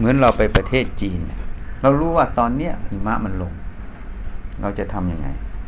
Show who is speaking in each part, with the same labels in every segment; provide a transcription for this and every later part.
Speaker 1: เหมือนเราไปประเทศจีนเรารู้ว่าตอนเนี้ยหิมะมันลงเราจะทำยังไง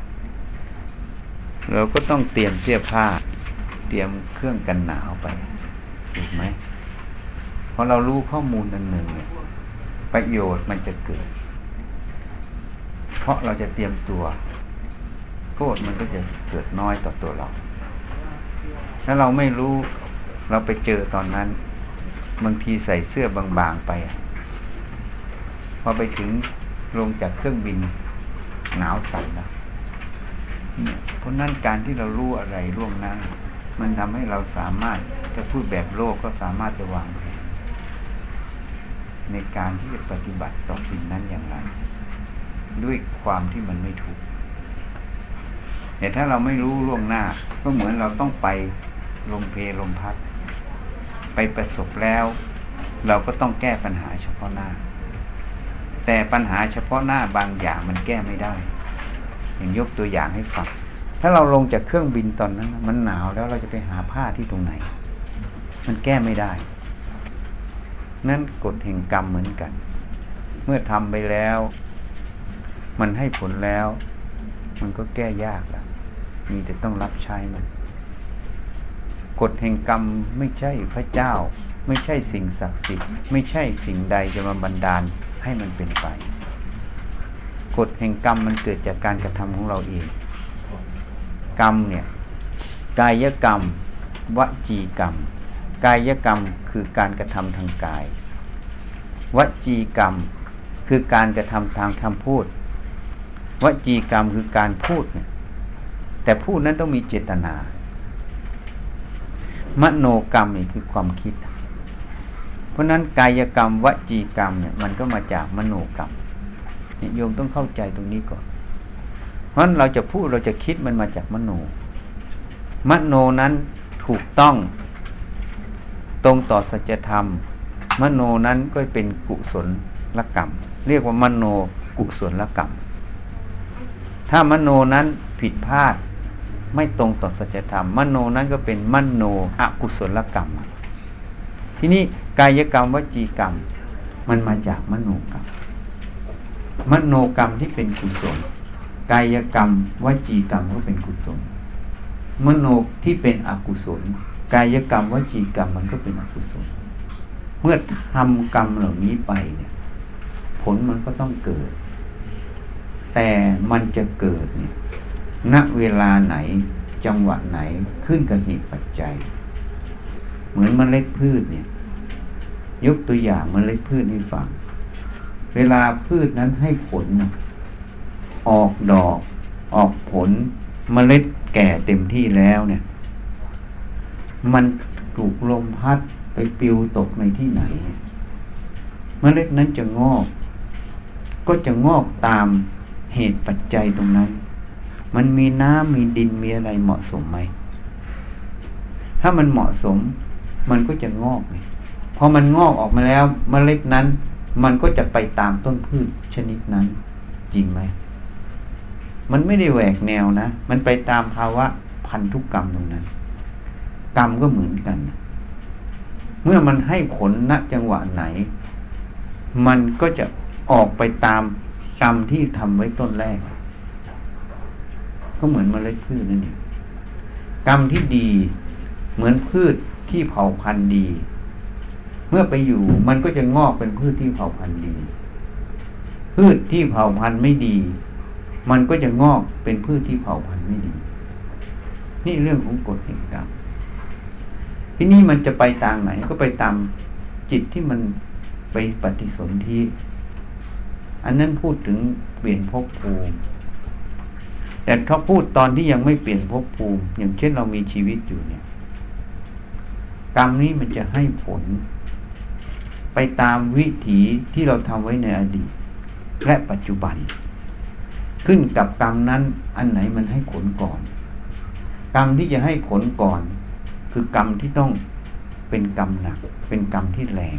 Speaker 1: เราก็ต้องเตรียมเสื้อผ้าเตรียมเครื่องกันหนาวไปถูกไหมพอเรารู้ข้อมูลอันหนึ่งเนี่ยประโยชน์มันจะเกิดเพราะเราจะเตรียมตัวโทษมันก็จะเกิดน้อยต่อตัวเราถ้าเราไม่รู้เราไปเจอตอนนั้นบางทีใส่เสื้อบางๆไปพอไปถึงลงจากเครื่องบินหนาวสั่นแล้วเพราะนั้นการที่เรารู้อะไรล่วงหน้ามันทำให้เราสามารถจะพูดแบบโลกก็สามารถจะวางแผนในการที่จะปฏิบัติต่อสิ่งนั้นอย่างไรด้วยความที่มันไม่ถูกแต่ถ้าเราไม่รู้ล่วงหน้าก็เหมือนเราต้องไปลมเพลมพัดไปประสบแล้วเราก็ต้องแก้ปัญหาเฉพาะหน้าแต่ปัญหาเฉพาะหน้าบางอย่างมันแก้ไม่ได้อย่างยกตัวอย่างให้ฟังถ้าเราลงจากเครื่องบินตอนนั้นมันหนาวแล้วเราจะไปหาผ้าที่ตรงไหนมันแก้ไม่ได้นั่นกฎแห่งกรรมเหมือนกันเมื่อทำไปแล้วมันให้ผลแล้วมันก็แก้ยากแล้วมีแต่ต้องรับใช้มันกฎแห่งกรรมไม่ใช่พระเจ้าไม่ใช่สิ่งศักดิ์สิทธิ์ไม่ใช่สิ่งใดจะมาบันดาลให้มันเป็นไปกฎแห่งกรรมมันเกิดจากการกระทำของเราเองกรรมเนี่ยกายกรรมวจีกรรมกายกรรมคือการกระทำทางกายวจีกรรมคือการกระทำทางคำพูดวจีกรรมคือการพูดเนี่ยแต่พูดนั้นต้องมีเจตนามโนกรรมนี่คือความคิดเพราะนั้นกายกรรมวจีกรรมเนี่ยมันก็มาจากมโนกรรมเนี่ยโยมต้องเข้าใจตรงนี้ก่อนเพราะฉะนั้นเราจะพูดเราจะคิดมันมาจากมโนนั้นถูกต้องตรงต่อสัจธรรมมโนนั้นก็เป็นกุศลกรรมเรียกว่ามโนกุศลกรรมถ้ามโนนั้นผิดพลาดไม่ตรงต่อสัจธรรมมโนนั้นก็เป็นมโนอกุศลกรรมทีนี้กายกรรมวจีกรรมมันมาจากมโนกรรมมโนกรรมที่เป็นกุศลกายกรรมวจีกรรมก็เป็นกุศลมโนที่เป็นอกุศลกายกรรมวจีกรรมมันก็เป็นอกุศลเมื่อทำกรรมเหล่านี้ไปเนี่ยผลมันก็ต้องเกิดแต่มันจะเกิดเนี่ยณเวลาไหนจังหวะไหนขึ้นกับเหตุปัจจัยเหมือนเมล็ดพืชเนี่ยยกตัวอย่างเมล็ดพืชให้ฟังเวลาพืชนั้นให้ผลออกดอกออกผลเมล็ดแก่เต็มที่แล้วเนี่ยมันถูกลมพัดไปปลิวตกในที่ไหนเมล็ดนั้นจะงอกก็จะงอกตามเหตุปัจจัยตรงนั้นมันมีน้ำมีดินมีอะไรเหมาะสมไหมถ้ามันเหมาะสมมันก็จะงอกพอมันงอกออกมาแล้วเมล็ดนั้นมันก็จะไปตามต้นพืชชนิดนั้นจริงไหมมันไม่ได้แหวกแนวนะมันไปตามภาวะพันธุกรรมตรงนั้นกรรมก็เหมือนกันเมื่อมันให้ผลณจังหวะไหนมันก็จะออกไปตามกรรมที่ทำไว้ต้นแรกก็เหมือนเมล็ดพืชนั่นเองกรรมที่ดีเหมือนพืชที่เผ่าพันธุ์ดีเมื่อไปอยู่มันก็จะงอกเป็นพืชที่เผ่าพันธุ์ดีพืชที่เผ่าพันธุ์ไม่ดีมันก็จะงอกเป็นพืชที่เผ่าพันธุ์ไม่ดีนี่เรื่องของกฎแห่งกรรมที่นี่มันจะไปทางไหนก็ไปตามจิตที่มันไปปฏิสนธิอันนั้นพูดถึงเปลี่ยนภพภูมิแต่ถ้าพูดตอนที่ยังไม่เปลี่ยนภพภูมิอย่างเช่นเรามีชีวิตอยู่เนี่ยกรรมนี้มันจะให้ผลไปตามวิถีที่เราทำไว้ในอดีตและปัจจุบันขึ้นกับกรรมนั้นอันไหนมันให้ผลก่อนกรรมที่จะให้ผลก่อนคือกรรมที่ต้องเป็นกรรมหนักเป็นกรรมที่แรง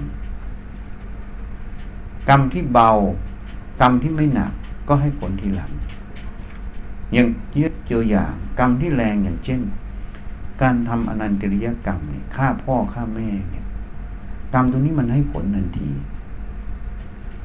Speaker 1: กรรมที่เบากรรมที่ไม่หนักก็ให้ผลทีหลังอย่างยกตัวอย่างกรรมที่แรงอย่างเช่นการทำอนันตริยกรรมเนี่ยฆ่าพ่อฆ่าแม่เนี่ยกรรมตรงนี้มันให้ผลทันที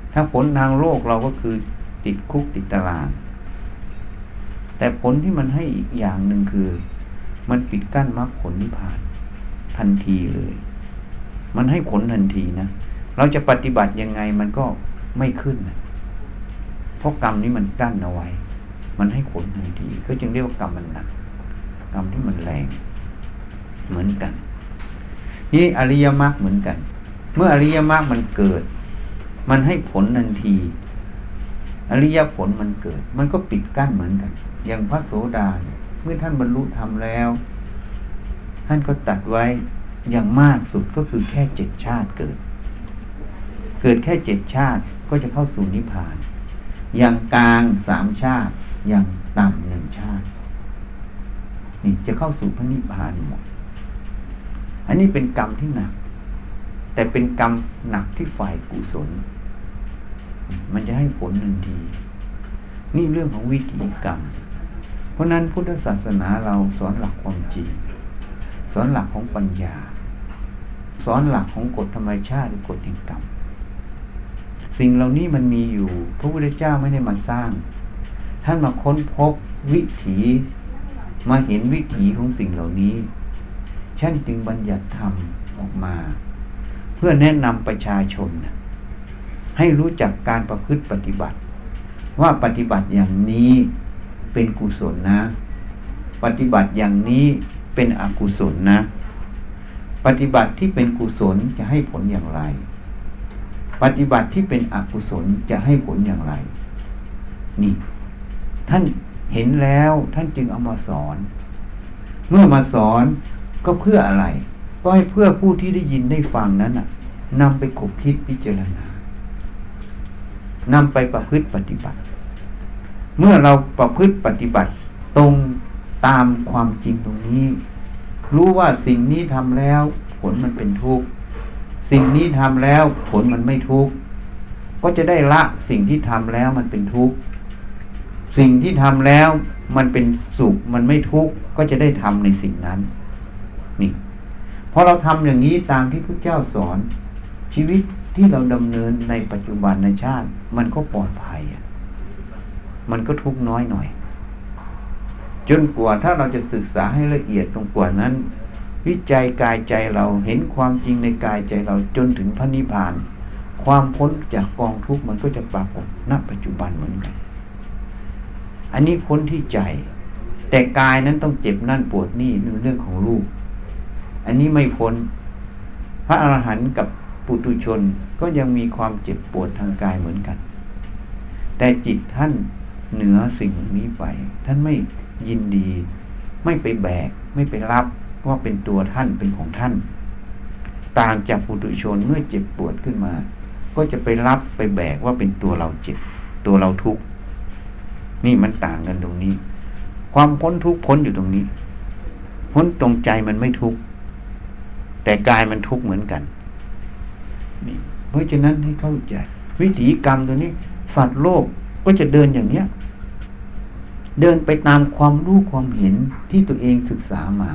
Speaker 1: ถ้าผลทางโลกเราก็คือติดคุกติดตารางแต่ผลที่มันให้อีกอย่างหนึ่งคือมันปิดกั้นมรรคผลนิพพานทันทีเลยมันให้ผลทันทีนะเราจะปฏิบัติยังไงมันก็ไม่ขึ้นนะเพราะกรรมนี้มันกั้นเอาไว้มันให้ผลทันทีก็จึงเรียกว่ากรรมมันหนักกรรมที่มันแรงเหมือนกันนี่อริยมรรคเหมือนกันเมื่ออริยมรรคมันเกิดมันให้ผลทันทีอริยผลมันเกิดมันก็ปิดกั้นเหมือนกันอย่างพระโสดาเนี่ยเมื่อท่านบรรลุธรรมแล้วท่านก็ตัดไว้อย่างมากสุดก็คือแค่7 ชาติเกิดแค่7 ชาติก็จะเข้าสู่นิพพานอย่างกลาง3 ชาติอย่างต่ำ1 ชาตินี่จะเข้าสู่พระนิพพานหมดอันนี้เป็นกรรมที่หนักแต่เป็นกรรมหนักที่ฝ่ายกุศลมันจะให้ผลทันทีนี่เรื่องของวิถีกรรมเพราะนั้นพุทธศาสนาเราสอนหลักความจริงสอนหลักของปัญญาสอนหลักของกฎธรรมชาติหรือกฎแห่งกรรมสิ่งเหล่านี้มันมีอยู่พระพุทธเจ้าไม่ได้มาสร้างท่านมาค้นพบวิถีมาเห็นวิถีของสิ่งเหล่านี้ท่านจึงบัญญัติธรรมออกมาเพื่อแนะนำประชาชนให้รู้จักการประพฤติปฏิบัติว่าปฏิบัติอย่างนี้เป็นกุศลนะปฏิบัติอย่างนี้เป็นอกุศลนะปฏิบัติที่เป็นกุศลจะให้ผลอย่างไรปฏิบัติที่เป็นอกุศลจะให้ผลอย่างไรนี่ท่านเห็นแล้วท่านจึงเอามาสอนเมื่อมาสอนก็เพื่ออะไรก็ให้เพื่อผู้ที่ได้ยินได้ฟังนั้นนำไปขบคิดพิจารณานำไปประพฤติปฏิบัติเมื่อเราประพฤติปฏิบัติตรงตามความจริงตรงนี้รู้ว่าสิ่งนี้ทำแล้วผลมันเป็นทุกข์สิ่งนี้ทำแล้วผลมันไม่ทุกข์ก็จะได้ละสิ่งที่ทำแล้วมันเป็นทุกข์สิ่งที่ทำแล้วมันเป็นสุขมันไม่ทุกข์ก็จะได้ทำในสิ่งนั้นนี่พอเราทำอย่างนี้ตามที่พระเจ้าสอนชีวิตที่เราดำเนินในปัจจุบันในชาติมันก็ปลอดภัยมันก็ทุกข์น้อยหน่อยจนกว่าถ้าเราจะศึกษาให้ละเอียดตรงกว่านั้นวิจัยกายใจเราเห็นความจริงในกายใจเราจนถึงพระนิพพานความพ้นจากกองทุกข์มันก็จะปรากฏณปัจจุบันเหมือนกันอันนี้พ้นที่ใจแต่กายนั้นต้องเจ็บนั่นปวดนี่เรื่องของรูปอันนี้ไม่พ้นพระอรหันต์กับปุถุชนก็ยังมีความเจ็บปวดทางกายเหมือนกันแต่จิตท่านเหนือสิ่งนี้ไปท่านไม่ยินดีไม่ไปแบกไม่ไปรับว่าเป็นตัวท่านเป็นของท่านต่างจากปุถุชนเมื่อเจ็บปวดขึ้นมาก็จะไปรับไปแบกว่าเป็นตัวเราเจ็บตัวเราทุกข์นี่มันต่างกันตรงนี้ความพ้นทุกข์พ้นอยู่ตรงนี้พ้นตรงใจมันไม่ทุกข์แต่กายมันทุกข์เหมือนกันนี่เพราะฉะนั้นให้เข้าใจวิถีกรรมตัวนี้สัตว์โลกก็จะเดินอย่างเนี้ยเดินไปตามความรู้ความเห็นที่ตัวเองศึกษามา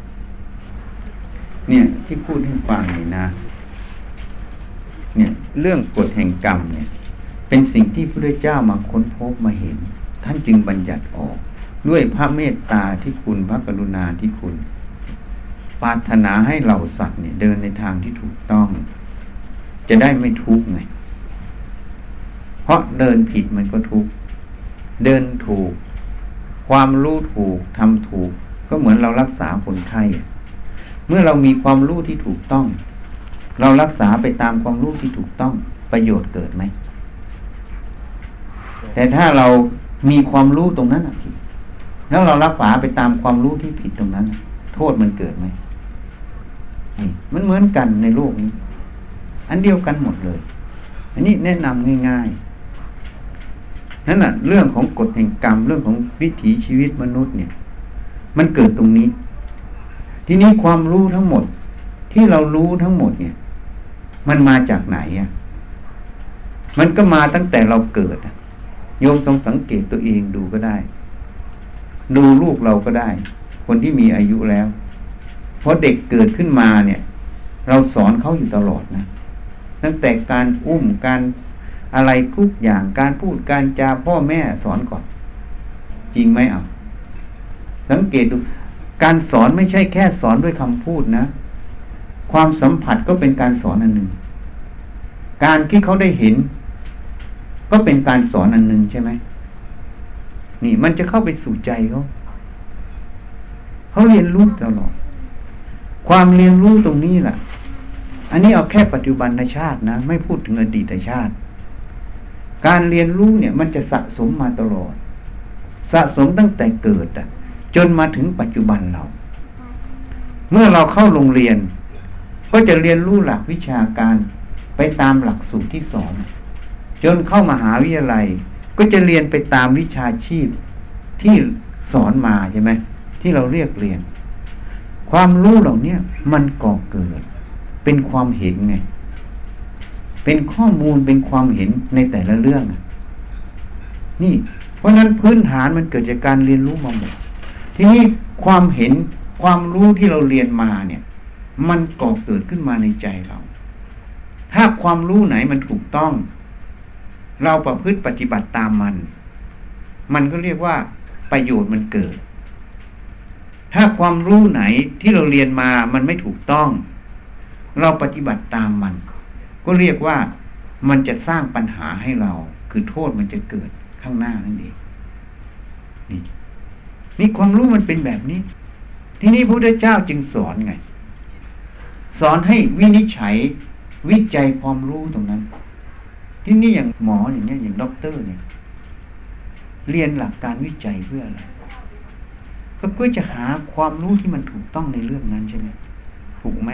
Speaker 1: เนี่ยที่พูดให้ฟังนี่นะเนี่ยเรื่องกฎแห่งกรรมเนี่ยเป็นสิ่งที่พระพุทธเจ้ามาค้นพบมาเห็นท่านจึงบัญญัติออกด้วยพระเมตตาที่คุณพระกรุณาที่คุณปรารถนาให้เหล่าสัตว์เนี่ยเดินในทางที่ถูกต้องจะได้ไม่ทุกข์ไงเพราะเดินผิดมันก็ทุกข์เดินถูกความรู้ถูกทำถูกก็เหมือนเรารักษาคนไข้เมื่อเรามีความรู้ที่ถูกต้องเรารักษาไปตามความรู้ที่ถูกต้องประโยชน์เกิดไหมแต่ถ้าเรามีความรู้ตรงนั้นผิดแล้วเรารักษาไปตามความรู้ที่ผิดตรงนั้นโทษมันเกิดไหมนี่มันเหมือนกันในโลกนี้อันเดียวกันหมดเลยอันนี้แนะนำง่ายๆนั่นแหละเรื่องของกฎแห่งกรรมเรื่องของวิถีชีวิตมนุษย์เนี่ยมันเกิดตรงนี้ทีนี้ความรู้ทั้งหมดที่เรารู้ทั้งหมดเนี่ยมันมาจากไหนมันก็มาตั้งแต่เราเกิดโยมสังเกตตัวเองดูก็ได้ดูลูกเราก็ได้คนที่มีอายุแล้วเพราะเด็กเกิดขึ้นมาเนี่ยเราสอนเขาอยู่ตลอดนะตั้งแต่การอุ้มการอะไรทุกอย่างการพูดการจาพ่อแม่สอนก่อนจริงไหมสังเกตดูการสอนไม่ใช่แค่สอนด้วยคำพูดนะความสัมผัสก็เป็นการสอนอันหนึ่งการที่เขาได้เห็นก็เป็นการสอนอันหนึ่งใช่ไหมนี่มันจะเข้าไปสู่ใจเขาเรียนรู้ตลอดความเรียนรู้ตรงนี้แหละอันนี้เอาแค่ปัจจุบันชาตินะไม่พูดถึงอดีตชาติการเรียนรู้เนี่ยมันจะสะสมมาตลอดสะสมตั้งแต่เกิดจนมาถึงปัจจุบันเราเมื่อเราเข้าโรงเรียนก็จะเรียนรู้หลักวิชาการไปตามหลักสูตรที่สอนจนเข้ามหาวิทยาลัยก็จะเรียนไปตามวิชาชีพที่สอนมาใช่ไหมที่เราเรียกเรียนความรู้เหล่านี้มันก่อเกิดเป็นความเห็นไงเป็นข้อมูลเป็นความเห็นในแต่ละเรื่องนี่เพราะนั้นพื้นฐานมันเกิดจากการเรียนรู้มาหมดทีนี้ความเห็นความรู้ที่เราเรียนมาเนี่ยมันก่อเกิดขึ้นมาในใจเราถ้าความรู้ไหนมันถูกต้องเราประพฤติปฏิบัติตามมันก็เรียกว่าประโยชน์มันเกิดถ้าความรู้ไหนที่เราเรียนมามันไม่ถูกต้องเราปฏิบัติตามมันก็เรียกว่ามันจะสร้างปัญหาให้เราคือโทษมันจะเกิดข้างหน้านั่นเองนี่ความรู้มันเป็นแบบนี้ทีนี้พระพุทธเจ้าจึงสอนไงสอนให้วินิจฉัยวิจัยความรู้ตรงนั้นที่นี่อย่างหมออย่างเงี้ยอย่างด็อกเตอร์เนี่ยเรียนหลักการวิจัยเพื่ออะไรก็เพื่อจะหาความรู้ที่มันถูกต้องในเรื่องนั้นใช่ไหมถูกไหม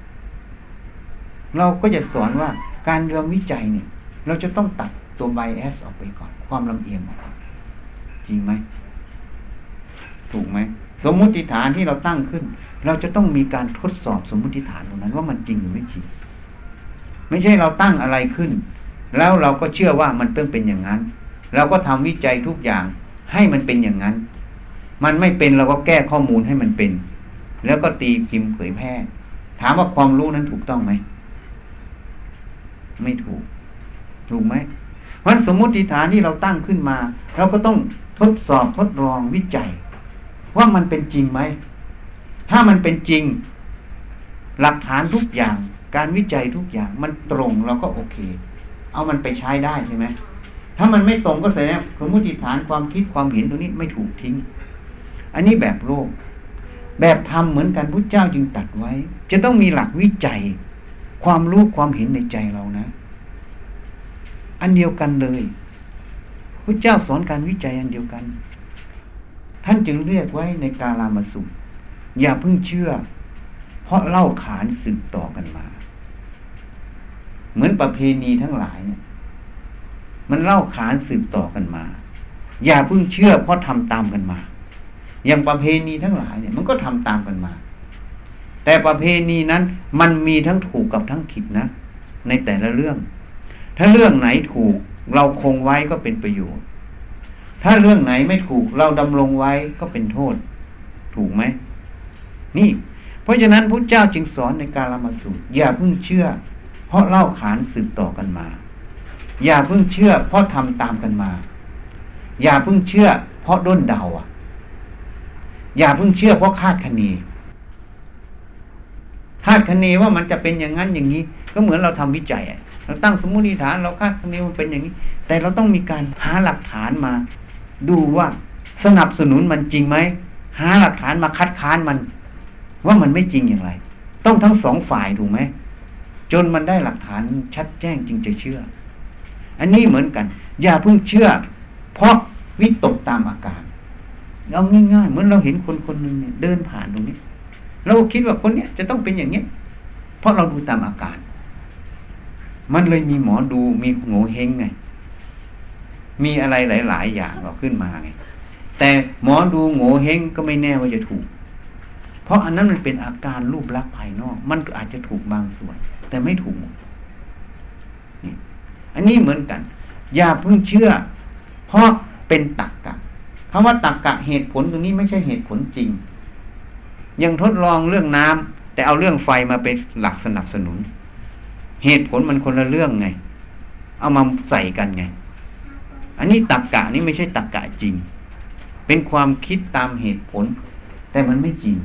Speaker 1: เราก็จะสอนว่าการเรียนวิจัยเนี่ยเราจะต้องตัดตัวไบแอสออกไปก่อนความลำเอียงออกจริงไหมถูกไหมสมมุติฐานที่เราตั้งขึ้นเราจะต้องมีการทดสอบสมมุติฐานตรงนั้นว่ามันจริงหรือไม่จริงไม่ใช่เราตั้งอะไรขึ้นแล้วเราก็เชื่อว่ามันต้องเป็นอย่างนั้นเราก็ทำวิจัยทุกอย่างให้มันเป็นอย่างนั้นมันไม่เป็นเราก็แก้ข้อมูลให้มันเป็นแล้วก็ตีพิมพ์เผยแพร่ถามว่าความรู้นั้นถูกต้องไหมไม่ถูกไหมเพราะสมมุติฐานที่เราตั้งขึ้นมาเราก็ต้องทดสอบทดลองวิจัยว่ามันเป็นจริงไหมถ้ามันเป็นจริงหลักฐานทุกอย่างการวิจัยทุกอย่างมันตรงเราก็โอเคเอามันไปใช้ได้ใช่ไหมถ้ามันไม่ตรงก็แสดงสมมุติฐานความคิดความเห็นตรงนี้ไม่ถูกทิ้งอันนี้แบบโลกแบบธรรมเหมือนกันพุทธเจ้าจึงตรัสไว้จะต้องมีหลักวิจัยความรู้ความเห็นในใจเรานะอันเดียวกันเลยพุทธเจ้าสอนการวิจัยอันเดียวกันท่านจึงเรียกไว้ในกาลามสูตรอย่าเพิ่งเชื่อเพราะเล่าขานสืบต่อกันมาเหมือนประเพณีทั้งหลายเนี่ยมันเล่าขานสืบต่อกันมาอย่าเพิ่งเชื่อเพราะทำตามกันมาอย่างประเพณีทั้งหลายเนี่ยมันก็ทำตามกันมาแต่ประเพณีนั้นมันมีทั้งถูกกับทั้งผิดนะในแต่ละเรื่องถ้าเรื่องไหนถูกเราคงไว้ก็เป็นประโยชน์ถ้าเรื่องไหนไม่ถูกเราดำรงไว้ก็เป็นโทษถูกไหมนี่เพราะฉะนั้นพระเจ้าจึงสอนในกาลามสูตรอย่าเพิ่งเชื่อเพราะเล่าขานสืบต่อกันมาอย่าเพิ่งเชื่อเพราะทำตามกันมาอย่าเพิ่งเชื่อเพราะด้นเดาอย่าเพิ่งเชื่อเพราะคาดคะเนว่ามันจะเป็นอย่างนั้นอย่างนี้ก็เหมือนเราทำวิจัยเราตั้งสมมุติฐานเราคาดคะเนมันเป็นอย่างนี้แต่เราต้องมีการหาหลักฐานมาดูว่าสนับสนุนมันจริงไหมหาหลักฐานมาคัดค้านมันว่ามันไม่จริงอย่างไรต้องทั้งสองฝ่ายถูกไหมจนมันได้หลักฐานชัดแจ้งจึงจะเชื่ออันนี้เหมือนกันอย่าเพิ่งเชื่อเพราะวิตกตามอาการเอาง่ายๆเหมือนเราเห็นคนคนหนึ่งเนี่ยเดินผ่านตรงนี้เราคิดว่าคนเนี้ยจะต้องเป็นอย่างนี้เพราะเราดูตามอาการมันเลยมีหมอดูมีโง่เฮงไงมีอะไรหลายๆอย่างเราขึ้นมาไงแต่หมอดูโง่เฮงก็ไม่แน่ว่าจะถูกเพราะอันนั้นมันเป็นอาการรูปลักษณ์ภายนอกมันก็อาจจะถูกบางส่วนแต่ไม่ถูกหมดนี่อันนี้เหมือนกันอย่าเพิ่งเชื่อเพราะเป็นตรรกะคำว่าตรรกะเหตุผลตรงนี้ไม่ใช่เหตุผลจริงยังทดลองเรื่องน้ำแต่เอาเรื่องไฟมาเป็นหลักสนับสนุนเหตุผลมันคนละเรื่องไงเอามาใส่กันไงอันนี้ตรรกะนี่ไม่ใช่ตรรกะจริงเป็นความคิดตามเหตุผลแต่มันไม่จริง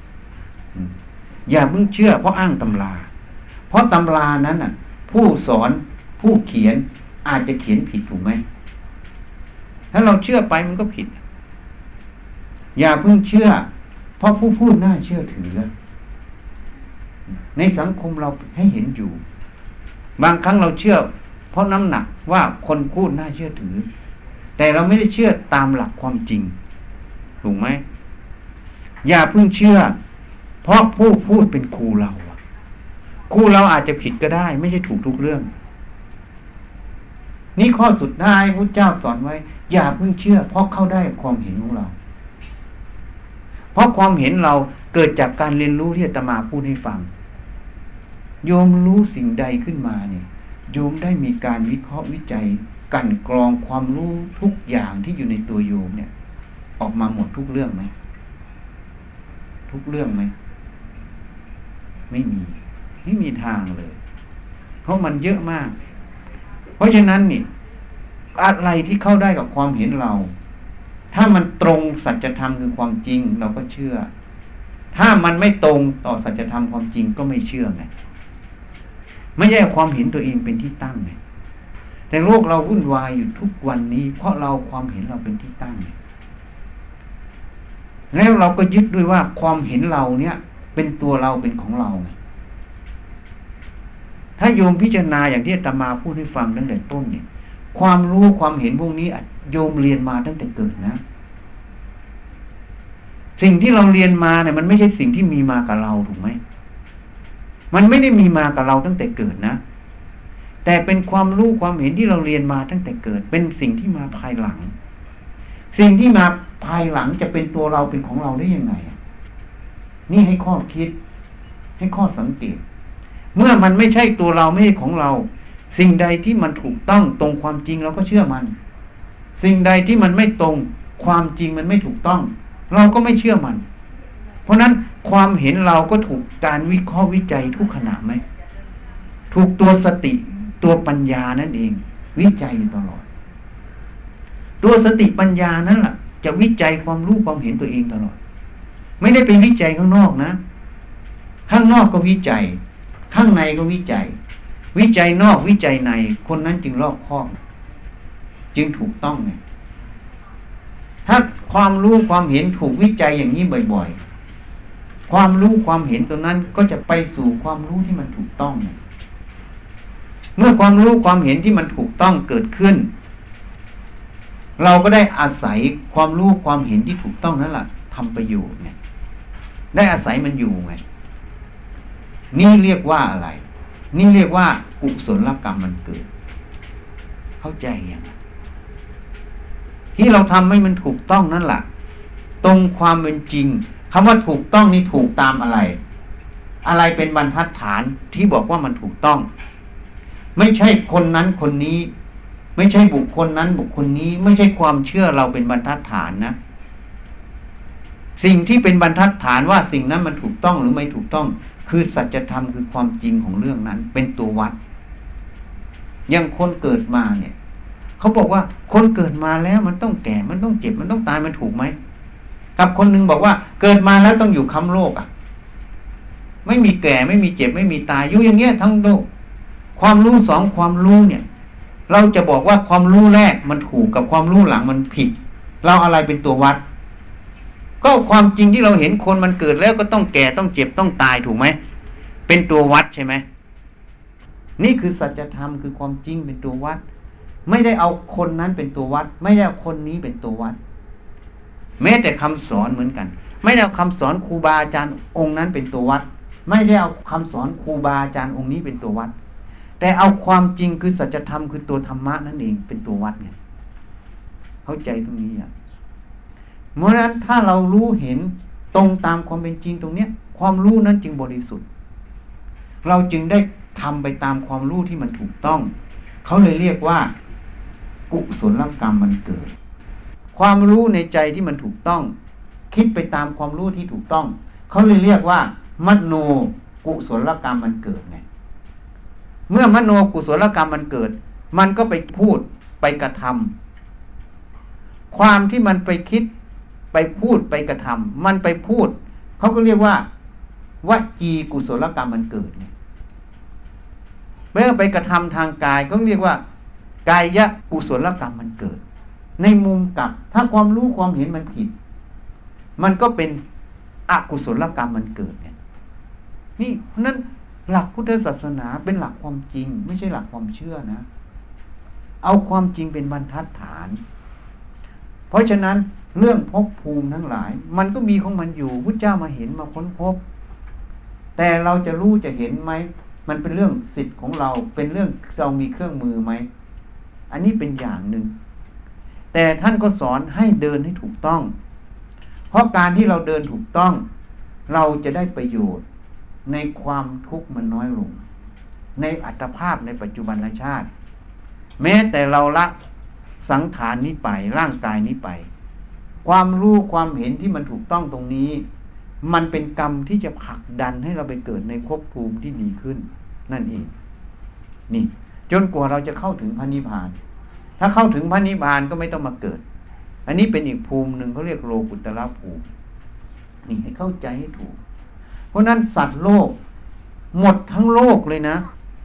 Speaker 1: อย่าเพิ่งเชื่อเพราะอ้างตำราเพราะตำรานั้นน่ะผู้สอนผู้เขียนอาจจะเขียนผิดถูกไหมถ้าเราเชื่อไปมันก็ผิดอย่าเพิ่งเชื่อเพราะผู้พูดน่าเชื่อถือในสังคมเราให้เห็นอยู่บางครั้งเราเชื่อเพราะน้ำหนักว่าคนพูดน่าเชื่อถือแต่เราไม่ได้เชื่อตามหลักความจริงถูกไหมอย่าเพิ่งเชื่อเพราะผู้พูดเป็นครูเราครูเราอาจจะผิดก็ได้ไม่ใช่ถูกทุกเรื่องนี่ข้อสุดท้ายพระเจ้าสอนไว้อย่าเพิ่งเชื่อเพราะเข้าได้ความเห็นของเราเพราะความเห็นเราเกิดจากการเรียนรู้ที่อาตมาพูดให้ฟังโยมรู้สิ่งใดขึ้นมาเนี่ยโยมได้มีการวิเคราะห์วิจัยกลั่นกรองความรู้ทุกอย่างที่อยู่ในตัวโยมเนี่ยออกมาหมดทุกเรื่องไหมทุกเรื่องไหมไม่มีทางเลยเพราะมันเยอะมากเพราะฉะนั้นนี่อะไรที่เข้าได้กับความเห็นเราถ้ามันตรงสัจธรรมคือความจริงเราก็เชื่อถ้ามันไม่ตรงต่อสัจธรรมความจริงก็ไม่เชื่อไงไม่ใช่ความเห็นตัวเองเป็นที่ตั้งไงแต่โลกเราวุ่นวายอยู่ทุกวันนี้เพราะเราความเห็นเราเป็นที่ตั้งแล้วเราก็ยึดด้วยว่าความเห็นเราเนี่ยเป็นตัวเราเป็นของเราไงถ้าโยมพิจารณาอย่างที่อาตมาพูดให้ฟังตั้งแต่ต้นเนี่ยความรู้ความเห็นพวกนี้โยมเรียนมาตั้งแต่เกิดนะสิ่งที่เราเรียนมาเนี่ยมันไม่ใช่สิ่งที่มีมากับเราถูกไหมมันไม่ได้มีมากับเราตั้งแต่เกิดนะแต่เป็นความรู้ความเห็นที่เราเรียนมาตั้งแต่เกิดเป็นสิ่งที่มาภายหลังสิ่งที่มาภายหลังจะเป็นตัวเราเป็นของเราได้ยังไงนี่ให้ข้อคิดให้ข้อสังเกตเมื่อมันไม่ใช่ตัวเราไม่ใช่ของเราสิ่งใดที่มันถูกต้องตรงความจริงเราก็เชื่อมันสิ่งใดที่มันไม่ตรงความจริงมันไม่ถูกต้องเราก็ไม่เชื่อมันเพราะนั้นความเห็นเราก็ถูกการวิเคราะห์วิจัยทุกขณะไหมถูกตัวสติตัวปัญญานั่นเองวิจัยอยู่ตลอดตัวสติปัญญานั่นแหละจะวิจัยความรู้ความเห็นตัวเองตลอดไม่ได้ไปวิจัยข้างนอกนะข้างนอกก็วิจัยข้างในก็วิจัยวิจัยนอกวิจัยในคนนั้นจึงรอบคอบจึงถูกต้องไงถ้าความรู้ความเห็นถูกวิจัยอย่างนี้บ่อยๆความรู้ความเห็นตัวนั้นก็จะไปสู่ความรู้ที่มันถูกต้องเมื่อความรู้ความเห็นที่มันถูกต้องเกิดขึ้นเราก็ได้อาศัยความรู้ความเห็นที่ถูกต้องนั่นแหละทำประโยชน์ไงได้อาศัยมันอยู่ไงนี่เรียกว่าอะไรนี่เรียกว่ากุศลกรรมมันเกิดเข้าใจยังที่เราทำให้มันถูกต้องนั่นแหละตรงความเป็นจริงคำว่าถูกต้องนี่ถูกตามอะไรอะไรเป็นบรรทัดฐานที่บอกว่ามันถูกต้องไม่ใช่คนนั้นคนนี้ไม่ใช่บุคคลนั้นบุคคลนี้ไม่ใช่ความเชื่อเราเป็นบรรทัดฐานนะสิ่งที่เป็นบรรทัดฐานว่าสิ่งนั้นมันถูกต้องหรือไม่ถูกต้องคือสัจธรรมคือความจริงของเรื่องนั้นเป็นตัววัดอย่างคนเกิดมาเนี่ยเขาบอกว่าคนเกิดมาแล้วมันต้องแก่มันต้องเจ็บมันต้องตายมันถูกไหมกับคนนึงบอกว่าเกิดมาแล้วต้องอยู่ค้ำโลกไม่มีแก่ไม่มีเจ็บไม่มีตายอยู่อย่างเงี้ยทั้งโลกความรู้สองความรู้เนี่ยเราจะบอกว่าความรู้แรกมันถูกกับความรู้หลังมันผิดเราอะไรเป็นตัววัดก็ความจริงที่เราเห็นคนมันเกิดแล้วก็ต้องแก่ต้องเจ็บต้องตายถูกไหมเป็นตัววัดใช่ไหมนี่คือสัจธรรมคือความจริงเป็นตัววัดไม่ได้เอาคนนั้นเป็นตัววัดไม่ได้เอาคนนี้เป็นตัววัดแม้แต่คำสอนเหมือนกันไม่ได้เอาคำสอนครูบาอาจารย์องค์นั้นเป็นตัววัดไม่ได้เอาคำสอนครูบาอาจารย์องค์นี้เป็นตัววัดแต่เอาความจริงคือสัจธรรมคือตัวธรรมะนั่นเองเป็นตัววัดไงเข้าใจตรงนี้เพราะฉะนั้นถ้าเรารู้เห็นตรงตามความเป็นจริงตรงเนี้ยความรู้นั้นจึงบริสุทธิ์เราจึงได้ทำไปตามความรู้ที่มันถูกต้องเขาเลยเรียกว่ากุศลกรรมมันเกิดความรู้ในใจที่มันถูกต้องคิดไปตามความรู้ที่ถูกต้องเขาเลยเรียกว่ามโนกุศลกรรมมันเกิดไงเมื่อมโนกุศลกรรมมันเกิดมันก็ไปพูดไปกระทำความที่มันไปคิดไปพูดไปกระทำมันไปพูดเขาก็เรียกว่าวจีกุศลกรรมมันเกิดเนี่ยเมื่อไปกระทำทางกายก็เรียกว่ากายกุศลกรรมมันเกิดในมุมกลับถ้าความรู้ความเห็นมันผิดมันก็เป็นอกุศลกรรมมันเกิดเนี่ยนี่เพราะนั้นหลักพุทธศาสนาเป็นหลักความจริงไม่ใช่หลักความเชื่อนะเอาความจริงเป็นบรรทัดฐานเพราะฉะนั้นเรื่องภพภูมิทั้งหลายมันก็มีของมันอยู่พุทธเจ้ามาเห็นมาค้นพบแต่เราจะรู้จะเห็นไหมมันเป็นเรื่องสิทธิ์ของเราเป็นเรื่องเรามีเครื่องมือไหมอันนี้เป็นอย่างหนึ่งแต่ท่านก็สอนให้เดินให้ถูกต้องเพราะการที่เราเดินถูกต้องเราจะได้ประโยชน์ในความทุกข์มันน้อยลงในอัตภาพในปัจจุบันชาติแม้แต่เราละสังขารนี้ไปร่างกายนี้ไปความรู้ความเห็นที่มันถูกต้องตรงนี้มันเป็นกรรมที่จะผลักดันให้เราไปเกิดในภพภูมิที่ดีขึ้นนั่นเองนี่จนกว่าเราจะเข้าถึงพระนิพพานถ้าเข้าถึงพระนิพพานก็ไม่ต้องมาเกิดอันนี้เป็นอีกภูมิหนึ่งเขาเรียกโลกุตตรภูมินี่ให้เข้าใจให้ถูกเพราะนั้นสัตว์โลกหมดทั้งโลกเลยนะ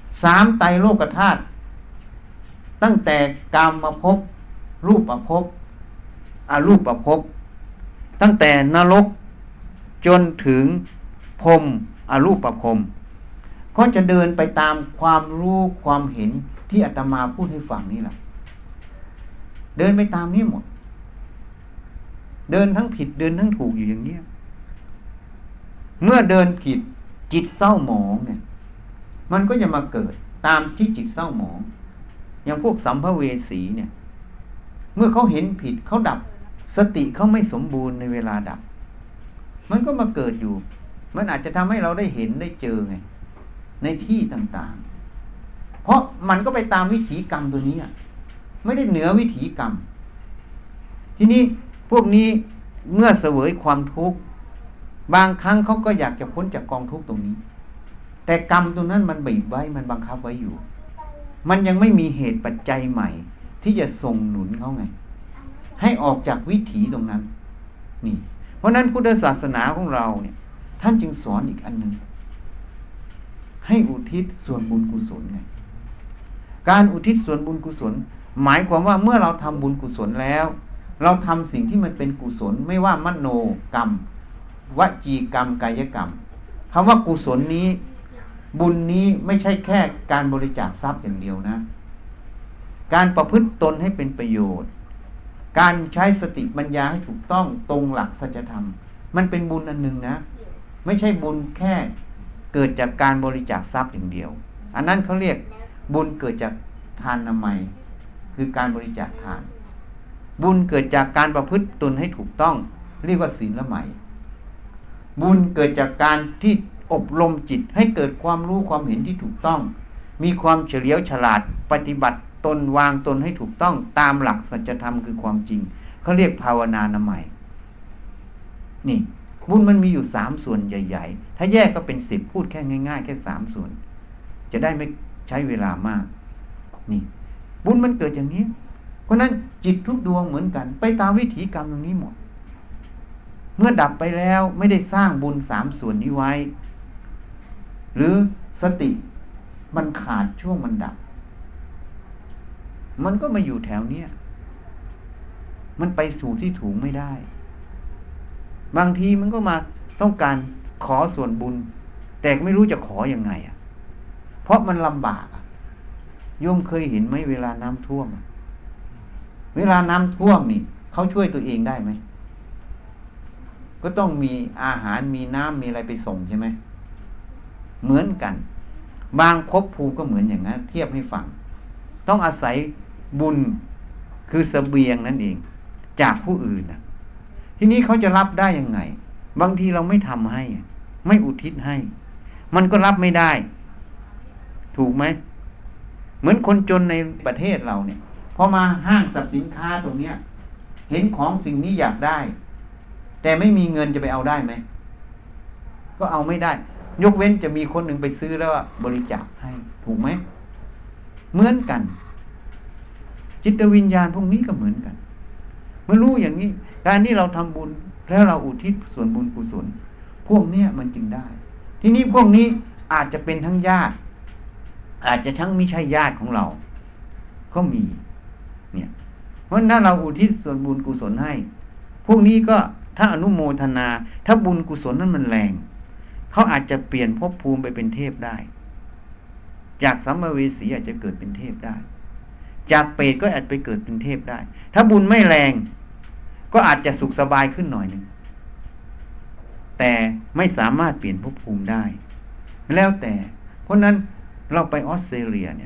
Speaker 1: 3 ไตรโลกธาตุตั้งแต่กามภพรูปภพอรูปภพตั้งแต่นรกจนถึงพรหมอรูปพรหมก็จะเดินไปตามความรู้ความเห็นที่อาตมาพูดให้ฟังนี่แหละเดินไปตามนี้หมดเดินทั้งผิดเดินทั้งถูกอยู่อย่างเงี้ยเมื่อเดินผิดจิตเศร้าหมองเนี่ยมันก็จะมาเกิดตามที่จิตเศร้าหมองอย่างพวกสัมภเวสีเนี่ยเมื่อเขาเห็นผิดเขาดับสติเขาไม่สมบูรณ์ในเวลาดับมันก็มาเกิดอยู่มันอาจจะทำให้เราได้เห็นได้เจอไงในที่ต่างๆเพราะมันก็ไปตามวิถีกรรมตัวนี้ไม่ได้เหนือวิถีกรรมทีนี้พวกนี้เมื่อเสวยความทุกข์บางครั้งเขาก็อยากจะพ้นจากกองทุกข์ตรงนี้แต่กรรมตรงนั้นมันบีบไว้มันบังคับไว้อยู่มันยังไม่มีเหตุปัจจัยใหม่ที่จะส่งหนุนเขาไงให้ออกจากวิถีตรงนั้นนี่เพราะนั้นพุทธศาสนาของเราเนี่ยท่านจึงสอนอีกอันหนึ่งให้อุทิศส่วนบุญกุศลไงการอุทิศส่วนบุญกุศลหมายความว่าเมื่อเราทำบุญกุศลแล้วเราทำสิ่งที่มันเป็นกุศลไม่ว่ามโนกรรมวจีกรรมกายกรรมคำว่ากุศลนี้บุญนี้ไม่ใช่แค่การบริจาคทรัพย์อย่างเดียวนะการประพฤติตนให้เป็นประโยชน์การใช้สติปัญญาให้ถูกต้องตรงหลักสัจธรรมมันเป็นบุญอันหนึ่งนะไม่ใช่บุญแค่เกิดจากการบริจาคทรัพย์อย่างเดียวอันนั้นเขาเรียกบุญเกิดจากทานนามัยคือการบริจาคทานบุญเกิดจากการประพฤติตนให้ถูกต้องเรียกว่าศีลละไมบุญเกิดจากการที่อบรมจิตให้เกิดความรู้ความเห็นที่ถูกต้องมีความเฉลียวฉลาดปฏิบัติตนวางตนให้ถูกต้องตามหลักสัจธรรมคือความจริงเขาเรียกภาวนานามัยนี่บุญมันมีอยู่3 ส่วนใหญ่ๆถ้าแยกก็เป็น10พูดแค่ง่ายๆแค่3 ส่วนจะได้ไม่ใช้เวลามากนี่บุญมันเกิดอย่างนี้เพราะนั้นจิตทุกดวงเหมือนกันไปตามวิถีกรรมตรงนี้หมดเมื่อดับไปแล้วไม่ได้สร้างบุญ3 ส่วนนี้ไว้หรือสติมันขาดช่วงมันดับมันก็มาอยู่แถวเนี้ยมันไปสู่ที่ถูกไม่ได้บางทีมันก็มาต้องการขอส่วนบุญแต่ไม่รู้จะขอยังไงเพราะมันลำบากโยมเคยเห็นไหมเวลาน้ำท่วมเวลาน้ำท่วมนี่เขาช่วยตัวเองได้ไหมก็ต้องมีอาหารมีน้ำมีอะไรไปส่งใช่ไหมเหมือนกันบางภพภูมิก็เหมือนอย่างนั้นเทียบให้ฟังต้องอาศัยบุญคือเสบียงนั่นเองจากผู้อื่นทีนี้เขาจะรับได้ยังไงบางทีเราไม่ทำให้ไม่อุทิศให้มันก็รับไม่ได้ถูกไหมเหมือนคนจนในประเทศเราเนี่ยพอมาห้างสรรพสินค้าตรงเนี้ยเห็นของสิ่งนี้อยากได้แต่ไม่มีเงินจะไปเอาได้ไหมก็เอาไม่ได้ยกเว้นจะมีคนหนึ่งไปซื้อแล้วบริจาคให้ถูกไหมเหมือนกันจิตวิญญาณพวกนี้ก็เหมือนกันเมื่อรู้อย่างนี้การที่เราทำบุญแล้วเราอุทิศส่วนบุญกุศลพวกเนี้ยมันจึงได้ทีนี้พวกนี้อาจจะเป็นทั้งญาติอาจจะทั้งไม่ใช่ญาติของเราก็มีเนี่ยเพราะถ้าเราอุทิศส่วนบุญกุศลให้พวกนี้ก็ถ้าอนุโมทนาถ้าบุญกุศลนั้นมันแรงเขาอาจจะเปลี่ยนภพภูมิไปเป็นเทพได้จากสัมภเวสีอาจจะเกิดเป็นเทพได้จากเปรตก็อาจไปเกิดเป็นเทพได้ถ้าบุญไม่แรงก็อาจจะสุขสบายขึ้นหน่อยนึงแต่ไม่สามารถเปลี่ยนภพภูมิได้แล้วแต่เพราะนั้นเราไปออสเตรเลียเนี่ย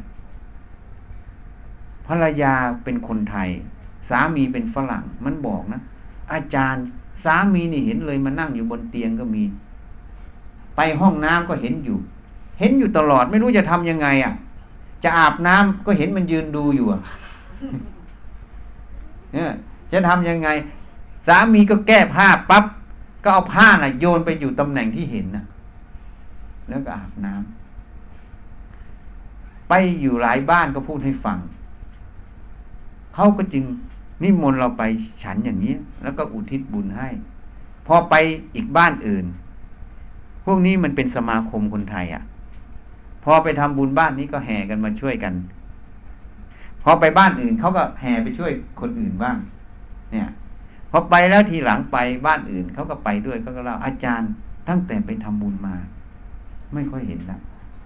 Speaker 1: ภรรยาเป็นคนไทยสามีเป็นฝรั่งมันบอกนะอาจารย์สามีนี่เห็นเลยมานั่งอยู่บนเตียงก็มีไปห้องน้ำก็เห็นอยู่ตลอดไม่รู้จะทำยังไงอ่ะจะอาบน้ำก็เห็นมันยืนดูอยู่อ่ะเนี่ยจะทำยังไงสามีก็แก้ผ้าปั๊บก็เอาผ้าน่ะโยนไปอยู่ตำแหน่งที่เห็นนะแล้วก็อาบน้ำไปอยู่หลายบ้านก็พูดให้ฟังเขาก็จึงนิมนต์เราไปฉันอย่างนี้แล้วก็อุทิศบุญให้พอไปอีกบ้านอื่นพวกนี้มันเป็นสมาคมคนไทยอ่ะพอไปทำบุญบ้านนี้ก็แห่กันมาช่วยกันพอไปบ้านอื่นเขาก็แห่ไปช่วยคนอื่นบ้างเนี่ยพอไปแล้วทีหลังไปบ้านอื่นเขาก็ไปด้วยเขาก็เล่าอาจารย์ตั้งแต่ไปทำบุญมาไม่ค่อยเห็นละ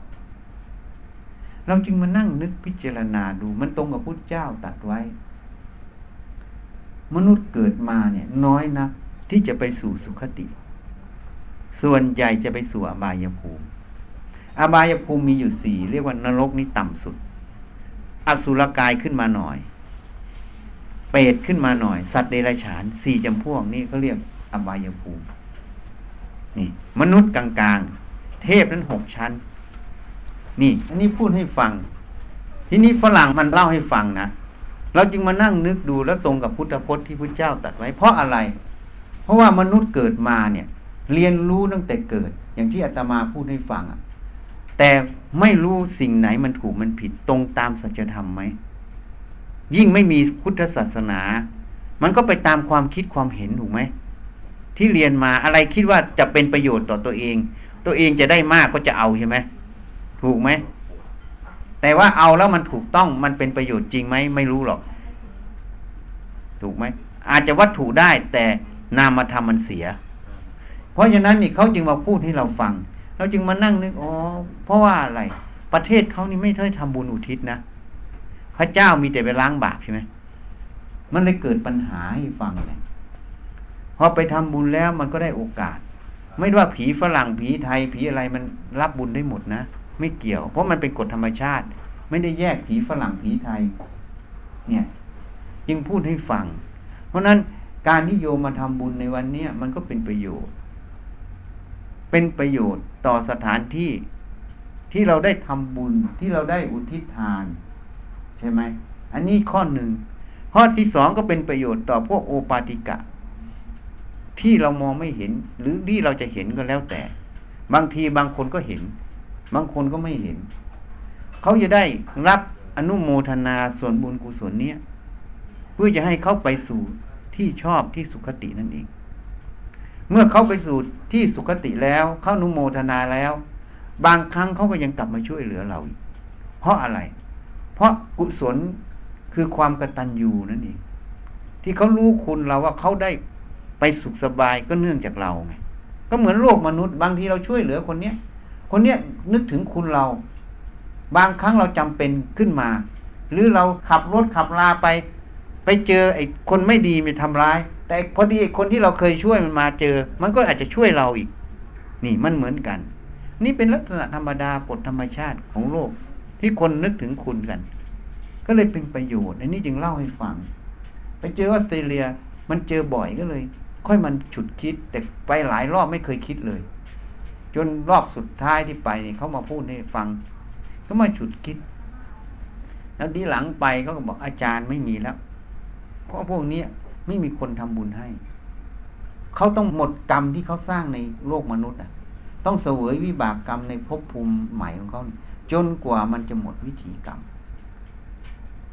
Speaker 1: เราจึงมานั่งนึกพิจารณาดูมันตรงกับพุทธเจ้าตรัสไว้มนุษย์เกิดมาเนี่ยน้อยนักที่จะไปสู่สุคติส่วนใหญ่จะไปสู่อบายภูมิอบายภูมิมีอยู่สี่เรียกว่านรกนี่ต่ำสุดอสุรกายขึ้นมาหน่อยเปรตขึ้นมาหน่อยสัตว์เดรัจฉานสี่จำพวกนี่เขาเรียกอบายภูมินี่มนุษย์กลางๆเทพนั้น6 ชั้นนี่อันนี้พูดให้ฟังทีนี้ฝรั่งมันเล่าให้ฟังนะเราจึงมานั่งนึกดูแล้วตรงกับพุทธพจน์ที่พุทธเจ้าตรัสไว้เพราะอะไรเพราะว่ามนุษย์เกิดมาเนี่ยเรียนรู้ตั้งแต่เกิดอย่างที่อาตมาพูดให้ฟังอ่ะแต่ไม่รู้สิ่งไหนมันถูกมันผิดตรงตามสัจธรรมไหมยิ่งไม่มีพุทธศาสนามันก็ไปตามความคิดความเห็นถูกไหมที่เรียนมาอะไรคิดว่าจะเป็นประโยชน์ต่อตัวเองจะได้มากก็จะเอาใช่ไหมถูกไหมแต่ว่าเอาแล้วมันถูกต้องมันเป็นประโยชน์จริงไหมไม่รู้หรอกถูกไหมอาจจะวัตถุได้แต่นามธรรมมันเสียเพราะฉะนั้นนี่เขาจึงมาพูดให้เราฟังเราจึงมานั่งนึกเพราะว่าอะไรประเทศเขานี่ไม่ได้ทำบุญอุทิศนะพระเจ้ามีแต่ไปล้างบาปใช่ไหมมันเลยเกิดปัญหาให้ฟังเลยพอไปทำบุญแล้วมันก็ได้โอกาสไม่ว่าผีฝรั่งผีไทยผีอะไรมันรับบุญได้หมดนะไม่เกี่ยวเพราะมันเป็นกฎธรรมชาติไม่ได้แยกผีฝรั่งผีไทยเนี่ยจึงพูดให้ฟังเพราะนั้นการที่โยมมาทำบุญในวันนี้มันก็เป็นประโยชน์ต่อสถานที่ที่เราได้ทำบุญที่เราได้อุทิศทานใช่ไหมอันนี้ข้อหนึ่งข้อที่สองก็เป็นประโยชน์ต่อพวกโอปาติกะที่เรามองไม่เห็นหรือที่เราจะเห็นก็แล้วแต่บางทีบางคนก็เห็นบางคนก็ไม่เห็นเขาจะได้รับอนุโมทนาส่วนบุญกุศลนี้เพื่อจะให้เขาไปสู่ที่ชอบที่สุคตินั่นเองเมื่อเขาไปสู่ที่สุคติแล้วเขาอนุโมทนาแล้วบางครั้งเขาก็ยังกลับมาช่วยเหลือเราอีกเพราะอะไรเพราะกุศลคือความกตัญญูนั่นเองที่เขารู้คุณเราว่าเขาได้ไปสุขสบายก็เนื่องจากเราไงก็เหมือนโลกมนุษย์บางทีเราช่วยเหลือคนเนี้ยนึกถึงคุณเราบางครั้งเราจำเป็นขึ้นมาหรือเราขับรถขับลาไปเจอไอ้คนไม่ดีมาทำร้ายแต่พอดีไอ้คนที่เราเคยช่วยมันมาเจอมันก็อาจจะช่วยเราอีกนี่มันเหมือนกันนี่เป็นลักษณะธรรมดากฎธรรมชาติของโลกที่คนนึกถึงคุณกันก็เลยเป็นประโยชน์อันนี้จึงเล่าให้ฟังไปเจอออสเตรเลียมันเจอบ่อยก็เลยค่อยมันฉุดคิดแต่ไปหลายรอบไม่เคยคิดเลยจนรอบสุดท้ายที่ไปนี่เขามาพูดให้ฟังเขามาฉุดคิดแล้วที่หลังไปเขาก็บอกอาจารย์ไม่มีแล้วเพราะพวกนี้ไม่มีคนทำบุญให้เขาต้องหมดกรรมที่เขาสร้างในโลกมนุษย์ต้องเสวยวิบากกรรมในภพภูมิใหม่ของเขาจนกว่ามันจะหมดวิถีกรรม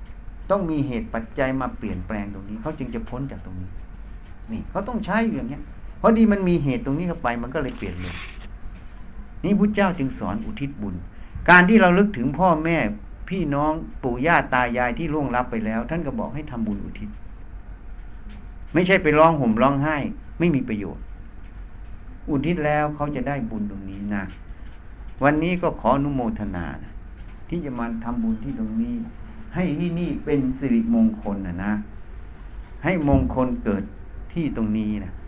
Speaker 1: ต้องมีเหตุปัจจัยมาเปลี่ยนแปลงตรงนี้เขาจึงจะพ้นจากตรงนี้นี่เขาต้องใช้อย่างเงี้ยเพราะดีมันมีเหตุตรงนี้เข้าไปมันก็เลยเปลี่ยนเลยนี่พุทธเจ้าจึงสอนอุทิศบุญการที่เราลึกถึงพ่อแม่พี่น้องปู่ย่าตายายที่ล่วงลับไปแล้วท่านก็บอกให้ทำบุญอุทิศไม่ใช่ไปร้องห่มร้องไห้ไม่มีประโยชน์อุทิศแล้วเขาจะได้บุญตรงนี้นะวันนี้ก็ขออนุโมทนานะที่จะมาทำบุญที่ตรงนี้ให้ที่นี่เป็นสิริมงคลนะให้มงคลเกิดที่ตรงนี้นะ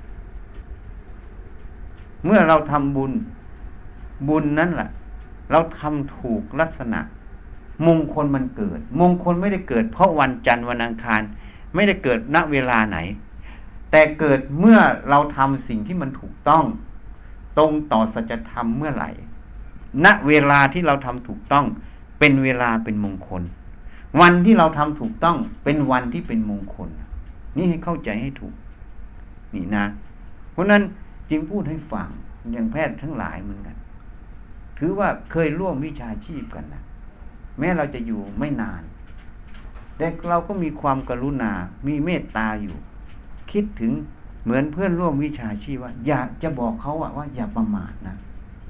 Speaker 1: เมื่อเราทำบุญนั้นแหละเราทำถูกลักษณะมงคลมันเกิดมงคลไม่ได้เกิดเพราะวันจันทร์วันอังคารไม่ได้เกิดณเวลาไหนแต่เกิดเมื่อเราทำสิ่งที่มันถูกต้องตรงต่อสัจธรรมเมื่อไหร่ณเวลาที่เราทำถูกต้องเป็นเวลาเป็นมงคลวันที่เราทำถูกต้องเป็นวันที่เป็นมงคลนี่ให้เข้าใจให้ถูกนี่นะเพราะนั้นจึงพูดให้ฟังอย่างแพทย์ทั้งหลายเหมือนกันถือว่าเคยร่วมวิชาชีพกันนะแม้เราจะอยู่ไม่นานแต่เราก็มีความกรุณามีเมตตาอยู่คิดถึงเหมือนเพื่อนร่วมวิชาชีพว่าอยากจะบอกเขาว่าอย่าประมาทนะ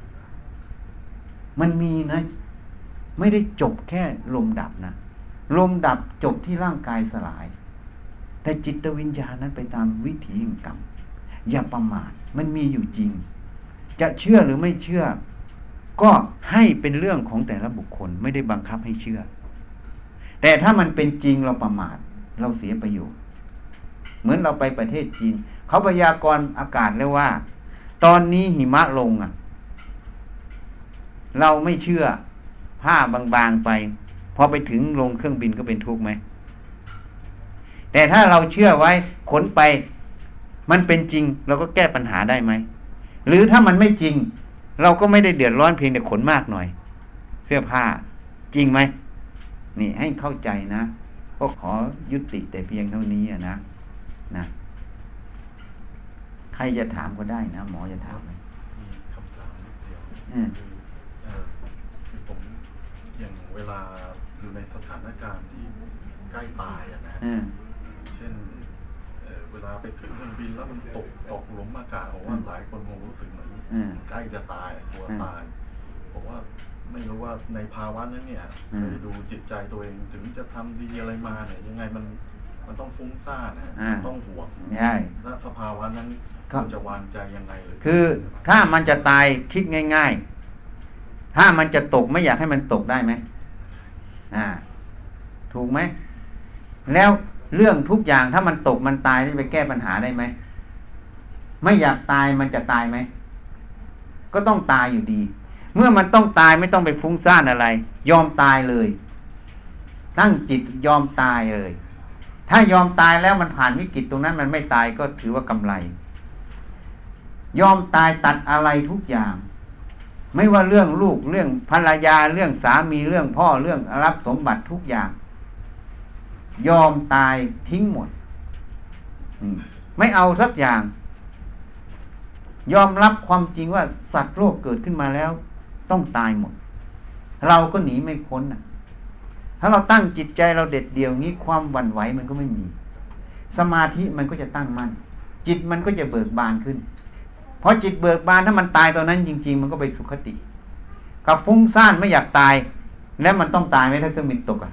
Speaker 1: มันมีนะไม่ได้จบแค่ลมดับนะลมดับจบที่ร่างกายสลายแต่จิตวิญญาณนั้นไปตามวิถีแห่งกรรมอย่าประมาทมันมีอยู่จริงจะเชื่อหรือไม่เชื่อก็ให้เป็นเรื่องของแต่ละบุคคลไม่ได้บังคับให้เชื่อแต่ถ้ามันเป็นจริงเราประมาทเราเสียประโยชน์เหมือนเราไปประเทศจีนเขาพยากรณ์อากาศแล้วว่าตอนนี้หิมะลงเราไม่เชื่อผ้าบางๆไปพอไปถึงลงเครื่องบินก็เป็นทุกข์ไหมแต่ถ้าเราเชื่อไว้ขนไปมันเป็นจริงเราก็แก้ปัญหาได้ไหมหรือถ้ามันไม่จริงเราก็ไม่ได้เดือดร้อนเพียงแต่ขนมากหน่อยเสื้อผ้าจริงไหมนี่ให้เข้าใจนะก็ขอยุติแต่เพียงเท่านี้นะใครจะถามก็ได้นะหมอจะถามไหม
Speaker 2: คำถามนิดเดียวคือผมอย่างเวลาอยู่ในสถานการณ์ที่ใกล้ตายนะเช่นเวลาไปขึ้นเครื่องบินแล้วมันตกหลุมอากาศผมว่าหลายคนคงรู้สึกเหมือนใกล้จะตายกลัวตายผมว่าไม่รู้ว่าในภาวะนั้นเนี่ยดูจิตใจตัวเองถึงจะทำดีอะไรมาเนี่ยยังไงมันต้องฟุ้งซ่านนะต้องห่วงและสภาวะนั้นเราจะวางใจยังไงเลย
Speaker 1: คือถ้ามันจะตายคิดง่ายๆถ้ามันจะตกไม่อยากให้มันตกได้ไหมถูกไหมแล้วเรื่องทุกอย่างถ้ามันตกมันตายจะไปแก้ปัญหาได้ไหมไม่อยากตายมันจะตายไหมก็ต้องตายอยู่ดีเมื่อมันต้องตายไม่ต้องไปฟุ้งซ่านอะไรยอมตายเลยตั้งจิตยอมตายเลยถ้ายอมตายแล้วมันผ่านวิกฤตตรงนั้นมันไม่ตายก็ถือว่ากำไรยอมตายตัดอะไรทุกอย่างไม่ว่าเรื่องลูกเรื่องภรรยาเรื่องสามีเรื่องพ่อเรื่องรับสมบัติทุกอย่างยอมตายทิ้งหมดไม่เอาสักอย่างยอมรับความจริงว่าสัตว์โลกเกิดขึ้นมาแล้วต้องตายหมดเราก็หนีไม่พ้นถ้าเราตั้งจิตใจเราเด็ดเดี่ยวนี้ความหวั่นไหวมันก็ไม่มีสมาธิมันก็จะตั้งมั่นจิตมันก็จะเบิกบานขึ้นพอจิตเบิกบานถ้ามันตายตอนนั้นจริงๆมันก็ไปสุคติกับฟุ้งซ่านไม่อยากตายแล้วมันต้องตายไหมถ้าเครื่องบินตก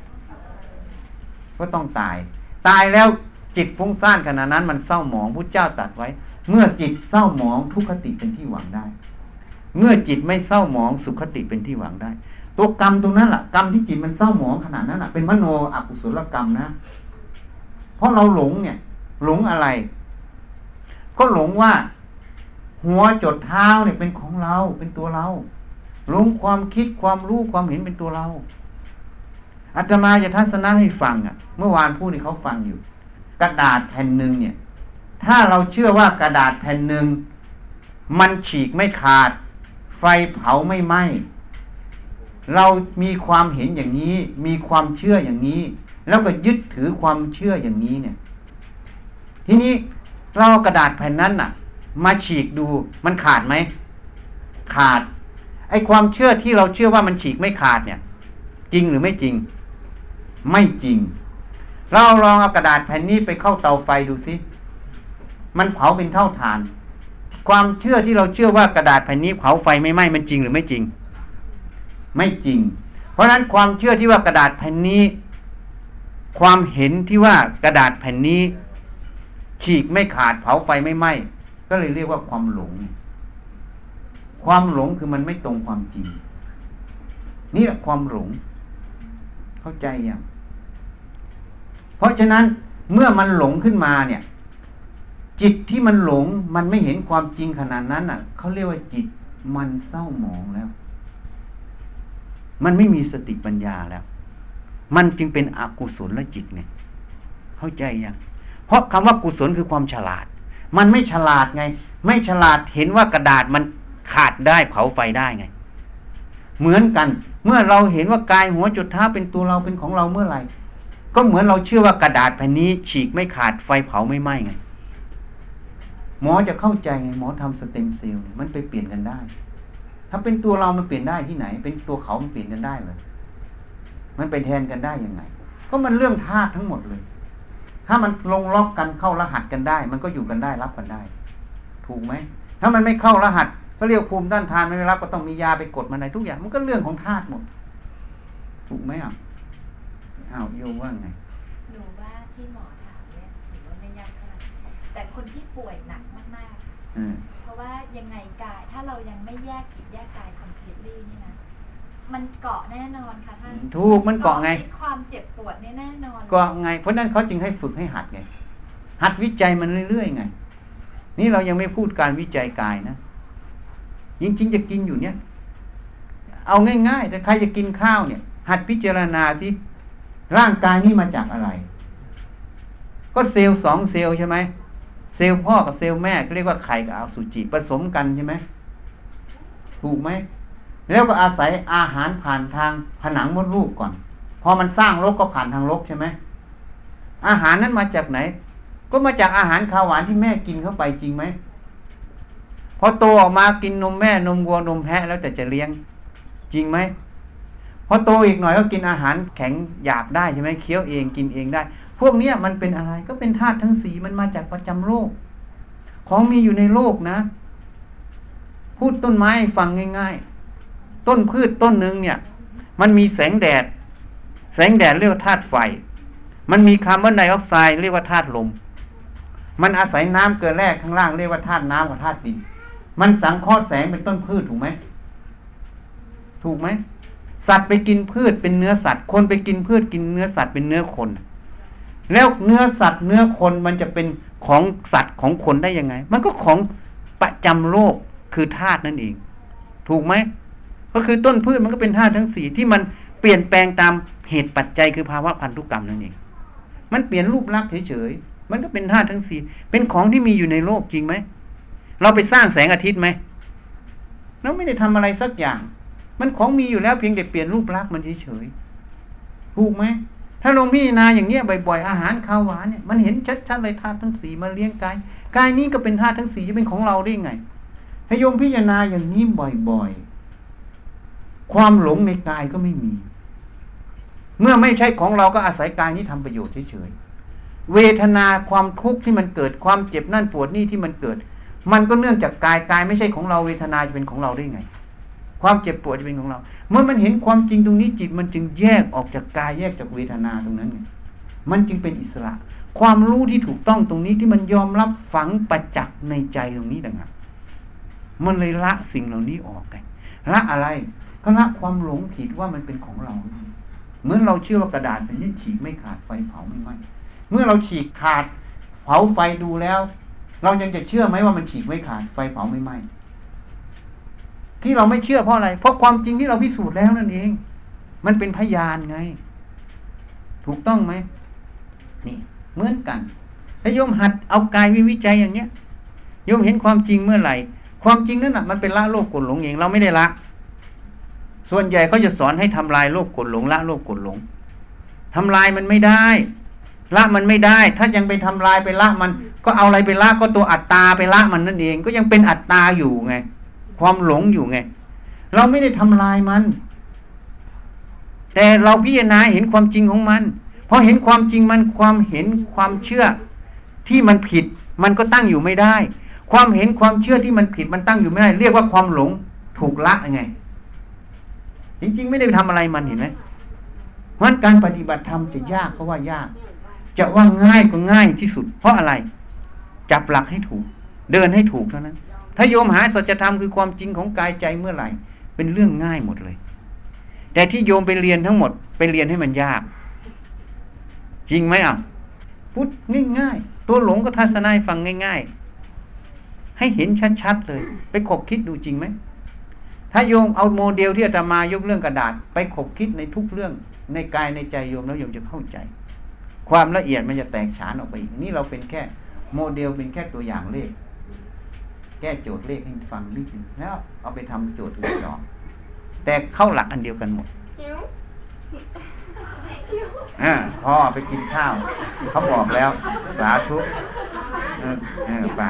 Speaker 1: ก็ต้องตายแล้วจิตฟุ้งซ่านขณะนั้นมันเศร้าหมองพุทธเจ้าตรัสไว้เมื่อจิตเศร้าหมองทุกขติเป็นที่หวังได้เมื่อจิตไม่เศร้าหมองสุขติเป็นที่หวังได้ตัวกรรมตรงนั้นแหละกรรมที่จิตมันเศร้าหมองขนาดนั้นเป็นมโนอกุศลกรรมนะเพราะเราหลงเนี่ยหลงอะไรก็หลงว่าหัวจดเท้าเนี่ยเป็นของเราเป็นตัวเราหลงความคิดความรู้ความเห็นเป็นตัวเราอาตมาจะทัศนะให้ฟังเมื่อวานผู้ที่เขาฟังอยู่กระดาษแผ่นหนึ่งเนี่ยถ้าเราเชื่อว่ากระดาษแผ่นหนึ่งมันฉีกไม่ขาดไฟเผาไม่ไหม้เรามีความเห็นอย่างนี้มีความเชื่ออย่างนี้แล้วก็ยึดถือความเชื่ออย่างนี้เนี่ยทีนี้เรากระดาษแผ่นนั้นมาฉีกดูมันขาดไหมขาดไอ้ความเชื่อที่เราเชื่อว่ามันฉีกไม่ขาดเนี่ยจริงหรือไม่จริงไม่จริงเราลองเอากระดาษแผ่นนี้ไปเข้าเตาไฟดูสิมันเผาเป็นเท่าฐานความเชื่อที่เราเชื่อว่ากระดาษแผ่นนี้เผาไฟไม่ไหม้มันจริงหรือไม่จริงไม่จริงเพราะฉะนั้นความเชื่อที่ว่ากระดาษแผ่นนี้ความเห็นที่ว่ากระดาษแผ่นนี้ฉีกไม่ขาดเผาไฟไม่ไหม้ก็เลยเรียกว่าความหลงความหลงคือมันไม่ตรงความจริงนี่แหละความหลงเข้าใจยังเพราะฉะนั้นเมื่อมันหลงขึ้นมาเนี่ยจิตที่มันหลงมันไม่เห็นความจริงขนาดนั้นน่ะเขาเรียกว่าจิตมันเศร้าหมองแล้วมันไม่มีสติปัญญาแล้วมันจึงเป็นอกุศลจิตเนี่ยเข้าใจยังเพราะคำว่ากุศลคือความฉลาดมันไม่ฉลาดไงไม่ฉลาดเห็นว่ากระดาษมันขาดได้เผาไฟได้ไงเหมือนกันเมื่อเราเห็นว่ากายหัวจุดเท้าเป็นตัวเราเป็นของเราเมื่อไหร่ก็เหมือนเราเชื่อว่ากระดาษแผ่นนี้ฉีกไม่ขาดไฟเผาไม่ไหม้ไงหมอจะเข้าใจไงหมอทำสเต็มเซลล์มันไปเปลี่ยนกันได้ถ้าเป็นตัวเรามันเปลี่ยนได้ที่ไหนเป็นตัวเขามันเปลี่ยนกันได้เลยมันไปแทนกันได้ยังไงก็มันเรื่องธาตุทั้งหมดเลยถ้ามันลงล็อกกันเข้ารหัสกันได้มันก็อยู่กันได้รับกันได้ถูกไหมถ้ามันไม่เข้ารหัสก็เรียกภูมิต้านทานไม่รับก็ต้องมียาไปกดมันในทุกอย่างมันก็เรื่องของธาตุหมดถูกไหมโยมว่าไง
Speaker 3: หนูว่าที่หมอถามเนี่ยถือว่าไม่ยากเท่าไหร่แต่คนที่ป่วยหนักมากๆเพราะว่ายังไงกายถ้าเรายังไม่แยกจิตแยกกาย completely นี่นะมันเกาะแน่นอนค่ะท่าน
Speaker 1: ถูกมันเกาะไง
Speaker 3: ความเจ็บปวดแน่นอน
Speaker 1: เกาะไงเพราะนั้นเขาจึงให้ฝึกให้หัดไงหัดวิจัยมันเรื่อยๆไงนี่เรายังไม่พูดการวิจัยกายนะจริงๆจะกินอยู่เนี่ยเอาง่ายๆแต่ใครจะกินข้าวเนี่ยหัดพิจารณาที่ร่างกายนี้มาจากอะไรก็เซลล์2เซลล์ใช่ไหมเซลล์พ่อกับเซลล์แม่เรียกว่าไข่กับอสุจิผสมกันใช่ไหมถูกไหมแล้วก็อาศัยอาหารผ่านทางผนังมดลูกก่อนพอมันสร้างรกก็ผ่านทางรกใช่ไหมอาหารนั้นมาจากไหนก็มาจากอาหารข้าวหวานที่แม่กินเข้าไปจริงไหมพอโตออกมากินนมแม่นมวัวนมแพะแล้วแต่จะเลี้ยงจริงไหมพอโตอีกหน่อยก็กินอาหารแข็งหยาบได้ใช่ไหมเคี้ยวเองกินเองได้พวกนี้มันเป็นอะไรก็เป็นธาตุทั้ง4มันมาจากประจำโลกของมีอยู่ในโลกนะพูดต้นไม้ฟังง่ายๆต้นพืชต้นหนึ่งเนี่ยมันมีแสงแดดเรียกว่าธาตุไฟมันมีคาร์บอนไดออกไซด์เรียกว่าธาตุลมมันอาศัยน้ำเกลือแร่ข้างล่างเรียกว่าธาตุน้ำกับธาตุดินมันสังเคราะห์แสงเป็นต้นพืชถูกไหมสัตว์ไปกินพืชเป็นเนื้อสัตว์คนไปกินพืชกินเนื้อสัตว์เป็นเนื้อคนแล้วเนื้อสัตว์เนื้อคนมันจะเป็นของสัตว์ของคนได้ยังไงมันก็ของประจำโลกคือธาตุนั่นเองถูกไหมก็คือต้นพืชมันก็เป็นธาตุทั้ง4ที่มันเปลี่ยนแปลงตามเหตุปัจจัยคือภาวะพันธุกรรมนั่นเองมันเปลี่ยนรูปลักษณ์เฉยๆมันก็เป็นธาตุทั้ง4เป็นของที่มีอยู่ในโลกจริงไหมเราไปสร้างแสงอาทิตย์ไหมเราไม่ได้ทำอะไรสักอย่างมันของมีอยู่แล้วเพียงแต่เปลี่ยนรูปลักษณ์มันเฉยๆถูกไหมถ้าลงพิจารณาอย่างเนี้ยบ่อยๆอาหารข้าวหวานเนี่ยมันเห็นชัดๆเลยธาตุทั้ง4มาเลี้ยงกายนี้ก็เป็นธาตุทั้ง4จะเป็นของเราได้ไงถ้าโยมพิจารณาอย่างนี้บ่อยๆความหลงในกายก็ไม่มีเมื่อไม่ใช่ของเราก็อาศัยกายนี้ทำประโยชน์เฉยๆเวทนาความทุกข์ที่มันเกิดความเจ็บนั่นปวดนี่ที่มันเกิดมันก็เนื่องจากกายไม่ใช่ของเราเวทนาจะเป็นของเราได้ไงความเจ็บปวดจะเป็นของเราเมื่อมันเห็นความจริงตรงนี้จิตมันจึงแยกออกจากกายแยกจากเวทนาตรงนั้นไงมันจึงเป็นอิสระความรู้ที่ถูกต้องตรงนี้ที่มันยอมรับฝังประจักษ์ในใจตรงนี้ต่างหากมันเลยละสิ่งเหล่านี้ออกไงละอะไรก็ละความหลงผิดว่ามันเป็นของเราเหมือนเราเชื่อว่ากระดาษเป็นนี่ฉีกไม่ขาดไฟเผาไม่ไหม้เมื่อเราฉีกขาดเผาไฟดูแล้วเรายังจะเชื่อไหมว่ามันฉีกไม่ขาดไฟเผาไม่ไหม้ที่เราไม่เชื่อเพราะอะไรเพราะความจริงที่เราพิสูจน์แล้วนั่นเองมันเป็นพยานไงถูกต้องไหมนี่เหมือนกันถ้าโยมหัดเอากายวิจัยอย่างเนี้ยโยมเห็นความจริงเมื่อไหร่ความจริงนั่นน่ะมันเป็นละโลภโกรธหลงเองเราไม่ได้ละส่วนใหญ่เขาจะสอนให้ทำลายโลภโกรธหลงละโลภโกรธหลงทำลายมันไม่ได้ละมันไม่ได้ถ้ายังไปทำลายไปละมันก็เอาอะไรไปละก็ตัวอัตตาไปละมันนั่นเองก็ยังเป็นอัตตาอยู่ไงความหลงอยู่ไงเราไม่ได้ทำลายมันแต่เราพิจารณาเห็นความจริงของมันพอเห็นความจริงมันความเห็นความเชื่อที่มันผิดมันก็ตั้งอยู่ไม่ได้ความเห็นความเชื่อที่มันผิดมันตั้งอยู่ไม่ได้เรียกว่าความหลงถูกละไงจริงๆไม่ได้ทำอะไรมันเห็นไหมเพราะการปฏิบัติธรรมจะยากก็ว่ายากจะว่าง่ายก็ง่ายที่สุดเพราะอะไรจับหลักให้ถูกเดินให้ถูกเท่านั้นถ้าโยมหาสัจธรรมคือความจริงของกายใจเมื่อไหร่เป็นเรื่องง่ายหมดเลยแต่ที่โยมไปเรียนทั้งหมดไปเรียนให้มันยากจริงไหมอ่ะพูดง่ายๆตัวหลงก็ทัศนัยฟังง่ายๆให้เห็นชัดๆเลยไปขบคิดดูจริงไหมถ้าโยมเอาโมเดลที่อาตมายกเรื่องกระดาษไปขบคิดในทุกเรื่องในกายในใจโยมแล้วโยมจะเข้าใจความละเอียดมันจะแตกฉานออกไปอีกนี่เราเป็นแค่โมเดลเป็นแค่ตัวอย่างเลขแก้โจทย์เลขให้ฟังนิดนึงแล้วเอาไปทำโจทย์อื่นต่อแต่เข้าหลักอันเดียวกันหมดพ่อไปกินข้าวเขาบอกแล้วสาธุไป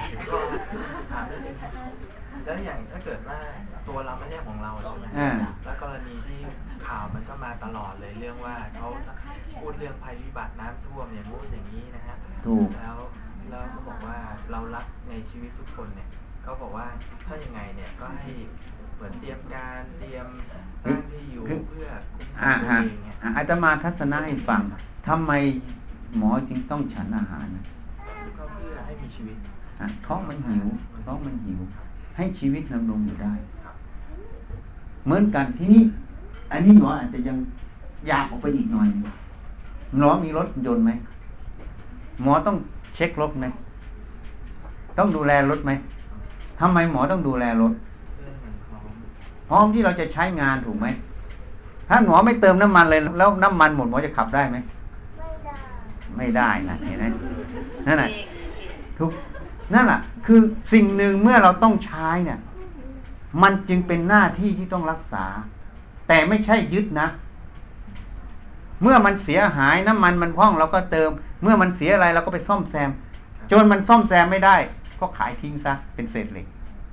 Speaker 4: แล้วอย่างถ้าเกิดว่าตัวเราไม่ใช่ของเราใช่ไหมแล้วกรณีที่ข่าวมันก็มาตลอดเลยเรื่องว่าเขาพูดเรื่องภัยพิบัติน้ำท่วมอย่างนู้นอย่างนี้นะฮะ
Speaker 1: ถูก
Speaker 4: แล้วเขาบอกว่าเรารักในชีวิตทุกคนเนี่ยเขาบอกว่าถ้ายังไงเนี่ยก็ให้เหมือนเตรียมการเตรียมสร้างที่อยู่เพื่อคุ้มครองตัวเองเนี่ย
Speaker 1: อาตมาทัศนะให้ฟังทำไมหมอจึงต้องฉันอาหาร
Speaker 4: ก็เพื่อให้มีชีวิต
Speaker 1: ท้องมันหิวให้ชีวิตดำรงอยู่ได้เหมือนกันที่นี้อันนี้หมออาจจะยังอยากออกไปอีกหน่อยหมอมีรถยนต์ไหมหมอต้องเช็ครถไหมต้องดูแลรถไหมทำไมหมอต้องดูแลรถพร้อมที่เราจะใช้งานถูกไหมถ้าหมอไม่เติมน้ำมันเลยแล้วน้ำมันหมดหมอจะขับได้ไหมไม่ได้นะเห็นไหมนั่นแหละทุกนั่นแหละคือสิ่งหนึ่งเมื่อเราต้องใช้เนี่ยมันจึงเป็นหน้าที่ที่ต้องรักษาแต่ไม่ใช่ยึดนะเมื่อมันเสียหายน้ำมันพร่องเราก็เติมเมื่อมันเสียอะไรเราก็ไปซ่อมแซมจนมันซ่อมแซมไม่ได้ก็ขายทิ้งซะเป็นเศษเหล็ก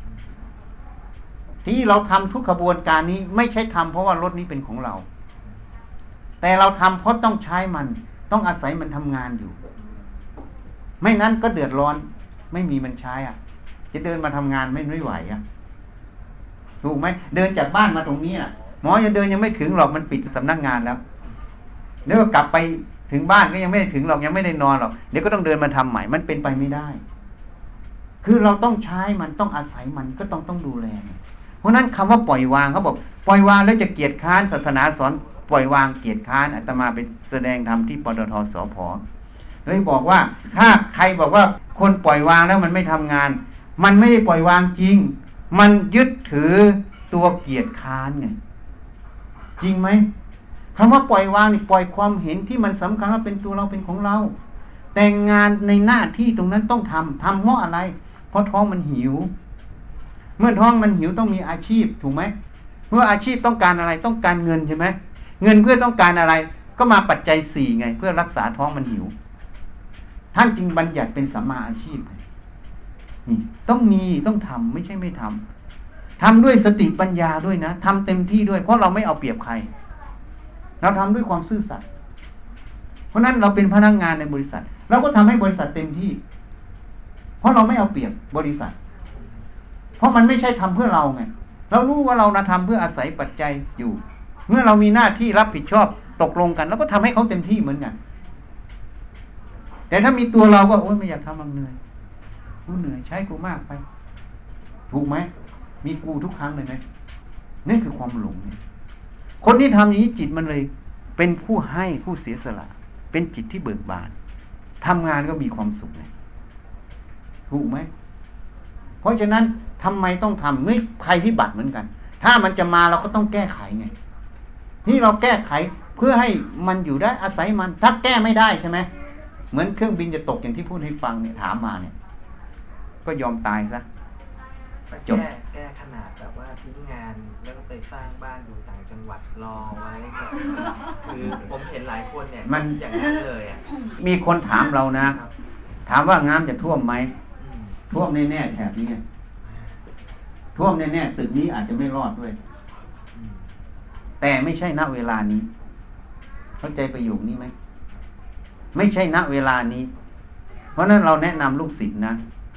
Speaker 1: ที่เราทำทุกขบวนการนี้ไม่ใช่ทำเพราะว่ารถนี้เป็นของเราแต่เราทำเพราะต้องใช้มันต้องอาศัยมันทำงานอยู่ไม่นั้นก็เดือดร้อนไม่มีมันใช้อ่ะจะเดินมาทำงานไม่ไหวอ่ะถูกไหมเดินจากบ้านมาตรงนี้อ่ะหมอยังเดินยังไม่ถึงหรอกมันปิดสำนักงานแล้วเดี๋ยวกลับไปถึงบ้านก็ยังไม่ได้ถึงหรอกยังไม่ได้นอนหรอกเดี๋ยวก็ต้องเดินมาทำใหม่มันเป็นไปไม่ได้คือเราต้องใช้มันต้องอาศัยมันก็ต้องดูแลเพราะนั้นคำว่าปล่อยวางเขาบอกปล่อยวางแล้วจะเกียรติค้านศาสนาสอนปล่อยวางเกียรติค้านอาตมาไปแสดงธรรมที่ปตท.สผ.เลยบอกว่าถ้าใครบอกว่าคนปล่อยวางแล้วมันไม่ทำงานมันไม่ได้ปล่อยวางจริงมันยึดถือตัวเกียรติค้านไงจริงไหมคำว่าปล่อยวางนี่ปล่อยความเห็นที่มันสำคัญว่าเป็นตัวเราเป็นของเราแต่งานในหน้าที่ตรงนั้นต้องทำเพราะอะไรเพราะท้องมันหิวเมื่อท้องมันหิวต้องมีอาชีพถูกไหมเมื่ออาชีพต้องการอะไรต้องการเงินใช่ไหมเงินเพื่อต้องการอะไรก็มาปัจจัย4ไงเพื่อรักษาท้องมันหิวท่านจึงบัญญัติเป็นสัมมาอาชีพนี่ต้องมีต้องทำไม่ใช่ไม่ทำทำด้วยสติปัญญาด้วยนะทำเต็มที่ด้วยเพราะเราไม่เอาเปรียบใครเราทำด้วยความซื่อสัตย์เพราะนั้นเราเป็นพนักงานในบริษัทเราก็ทำให้บริษัทเต็มที่เพราะเราไม่เอาเปรียบบริษัทเพราะมันไม่ใช่ทำเพื่อเราไงเรารู้ว่าเราทำเพื่ออาศัยปัจจัยอยู่เมื่อเรามีหน้าที่รับผิดชอบตกลงกันแล้วก็ทำให้เขาเต็มที่เหมือนกันแต่ถ้ามีตัวเราก็โอ๊ยไม่อยากทำมันเหนื่อยกูเหนื่อยใช้กูมากไปถูกไหมมีกูทุกครั้งเลยไหมนี่คือความหลงคนที่ทำอย่างนี้จิตมันเลยเป็นผู้ให้ผู้เสียสละเป็นจิตที่เบิกบานทำงานก็มีความสุขถูกไหมเพราะฉะนั้นทำไมต้องทำนี่ภัยพิบัติเหมือนกันถ้ามันจะมาเราก็ต้องแก้ไขไงนี่เราแก้ไขเพื่อให้มันอยู่ได้อาศัยมันถ้าแก้ไม่ได้ใช่ไหมเหมือนเครื่องบินจะตกอย่างที่พูดให้ฟังเนี่ยถามมาเนี่ยก็ยอมตายซะจบ
Speaker 4: แก้ขนาดแบบว่าทิ้งงานแล้วก็ไปสร้างบ้านอยู่ต่างจังหวัดรอไว้คือผมเห็นหลายคนเนี่ยมันอย่างนั้นเลยอ่ะ
Speaker 1: มีคนถามเรานะถามว่าน้ำจะท่วมไหมท่วมแน่ๆแถบนี้ท่วมแน่ๆตึกนี้อาจจะไม่รอดด้วยแต่ไม่ใช่ณเวลานี้ เข้าใจประโยคนี้ไหมไม่ใช่ณเวลานี้ เพราะนั้นเราแนะนำลูกศิษย์นะ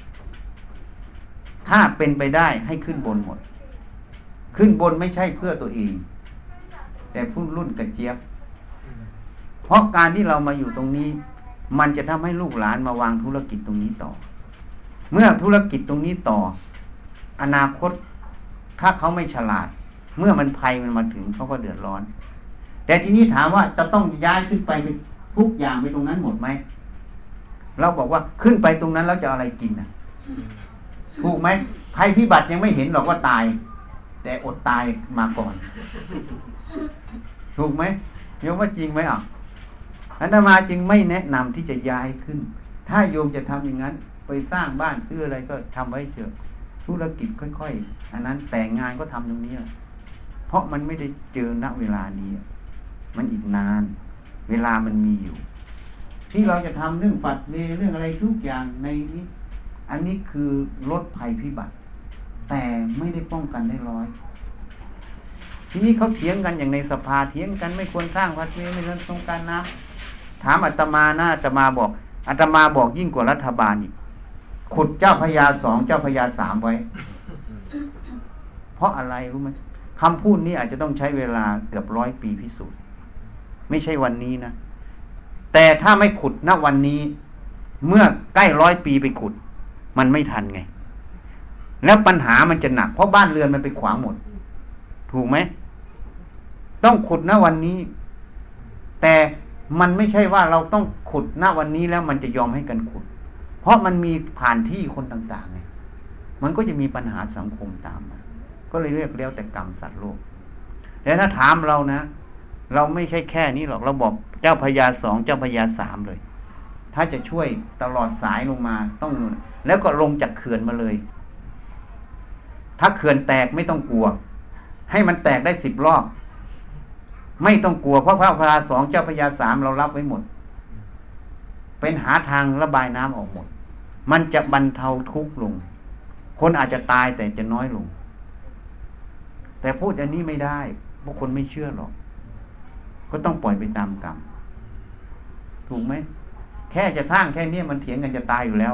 Speaker 1: ถ้าเป็นไปได้ให้ขึ้นบนหมดขึ้นบนไม่ใช่เพื่อตัวเองแต่ผู้รุ่นกระเจี๊ยบเพราะการที่เรามาอยู่ตรงนี้มันจะทำให้ลูกหลานมาวางธุรกิจตรงนี้ต่อเมื่อธุรกิจตรงนี้ต่ออนาคตถ้าเขาไม่ฉลาดเมื่อมันภัยมันมาถึงเขาก็เดือดร้อนแต่ทีนี้ถามว่าจะต้องย้ายขึ้นไปทุกอย่างไปตรงนั้นหมดไหมเราบอกว่าขึ้นไปตรงนั้นแล้วจะอะไรกินนะถูกไหมภัยพิบัติยังไม่เห็นหรอกว่าตายแต่อดตายมาก่อนถูกไหมโยมว่าจริงไหมอ่ะอาตมาจึงไม่แนะนำที่จะย้ายขึ้นถ้าโยมจะทำอย่างนั้นไปสร้างบ้านซื้ออะไรก็ทำไว้เถอะธุรกิจค่อยๆอันนั้นแต่งงานก็ทำตรงนี้เพราะมันไม่ได้เจอณเวลานี้มันอีกนานเวลามันมีอยู่ที่เราจะทำเรื่องปัดเวเรื่องอะไรทุกอย่างในนี้อันนี้คือลดภัยพิบัติแต่ไม่ได้ป้องกันได้ร้อยทีนี้เขาเถียงกันอย่างในสภาเถียงกันไม่ควรสร้างวัดเวไม่ควรสงการน้ำถามอาตมานะอาตมาบอกยิ่งกว่ารัฐบาลอีกขุดเจ้าพญา2เจ้าพญา3ไว้เพราะอะไรรู้ไหมคำพูดนี้อาจจะต้องใช้เวลาเกือบ100 ปีพิสูจน์ไม่ใช่วันนี้นะแต่ถ้าไม่ขุดณวันนี้เมื่อใกล้100 ปีไปขุดมันไม่ทันไงแล้วปัญหามันจะหนักเพราะบ้านเรือนมันไปขวางหมดถูกไหมต้องขุดณวันนี้แต่มันไม่ใช่ว่าเราต้องขุดณวันนี้แล้วมันจะยอมให้กันขุดเพราะมันมีผ่านที่คนต่างๆไงมันก็จะมีปัญหาสังคมตามมาก็เลยเรียกแล้วแต่กรรมสัตว์โลกแต่ถ้าถามเรานะเราไม่ใช่แค่นี้หรอกเราบอกเจ้าพญา2เจ้าพญา3เลยถ้าจะช่วยตลอดสายลงมาต้องแล้วก็ลงจากเขื่อนมาเลยถ้าเขื่อนแตกไม่ต้องกลัวให้มันแตกได้10 รอบไม่ต้องกลัวเพราะพระพญา2เจ้าพญา3เรารับไว้หมดเป็นหาทางระบายน้ำออกหมดมันจะบรรเทาทุกข์ลงคนอาจจะตายแต่จะน้อยลงแต่พูดอันนี้ไม่ได้เพราะคนไม่เชื่อหรอกก็ต้องปล่อยไปตามกรรมถูกไหมแค่จะสร้างแค่นี้มันเถียงกันจะตายอยู่แล้ว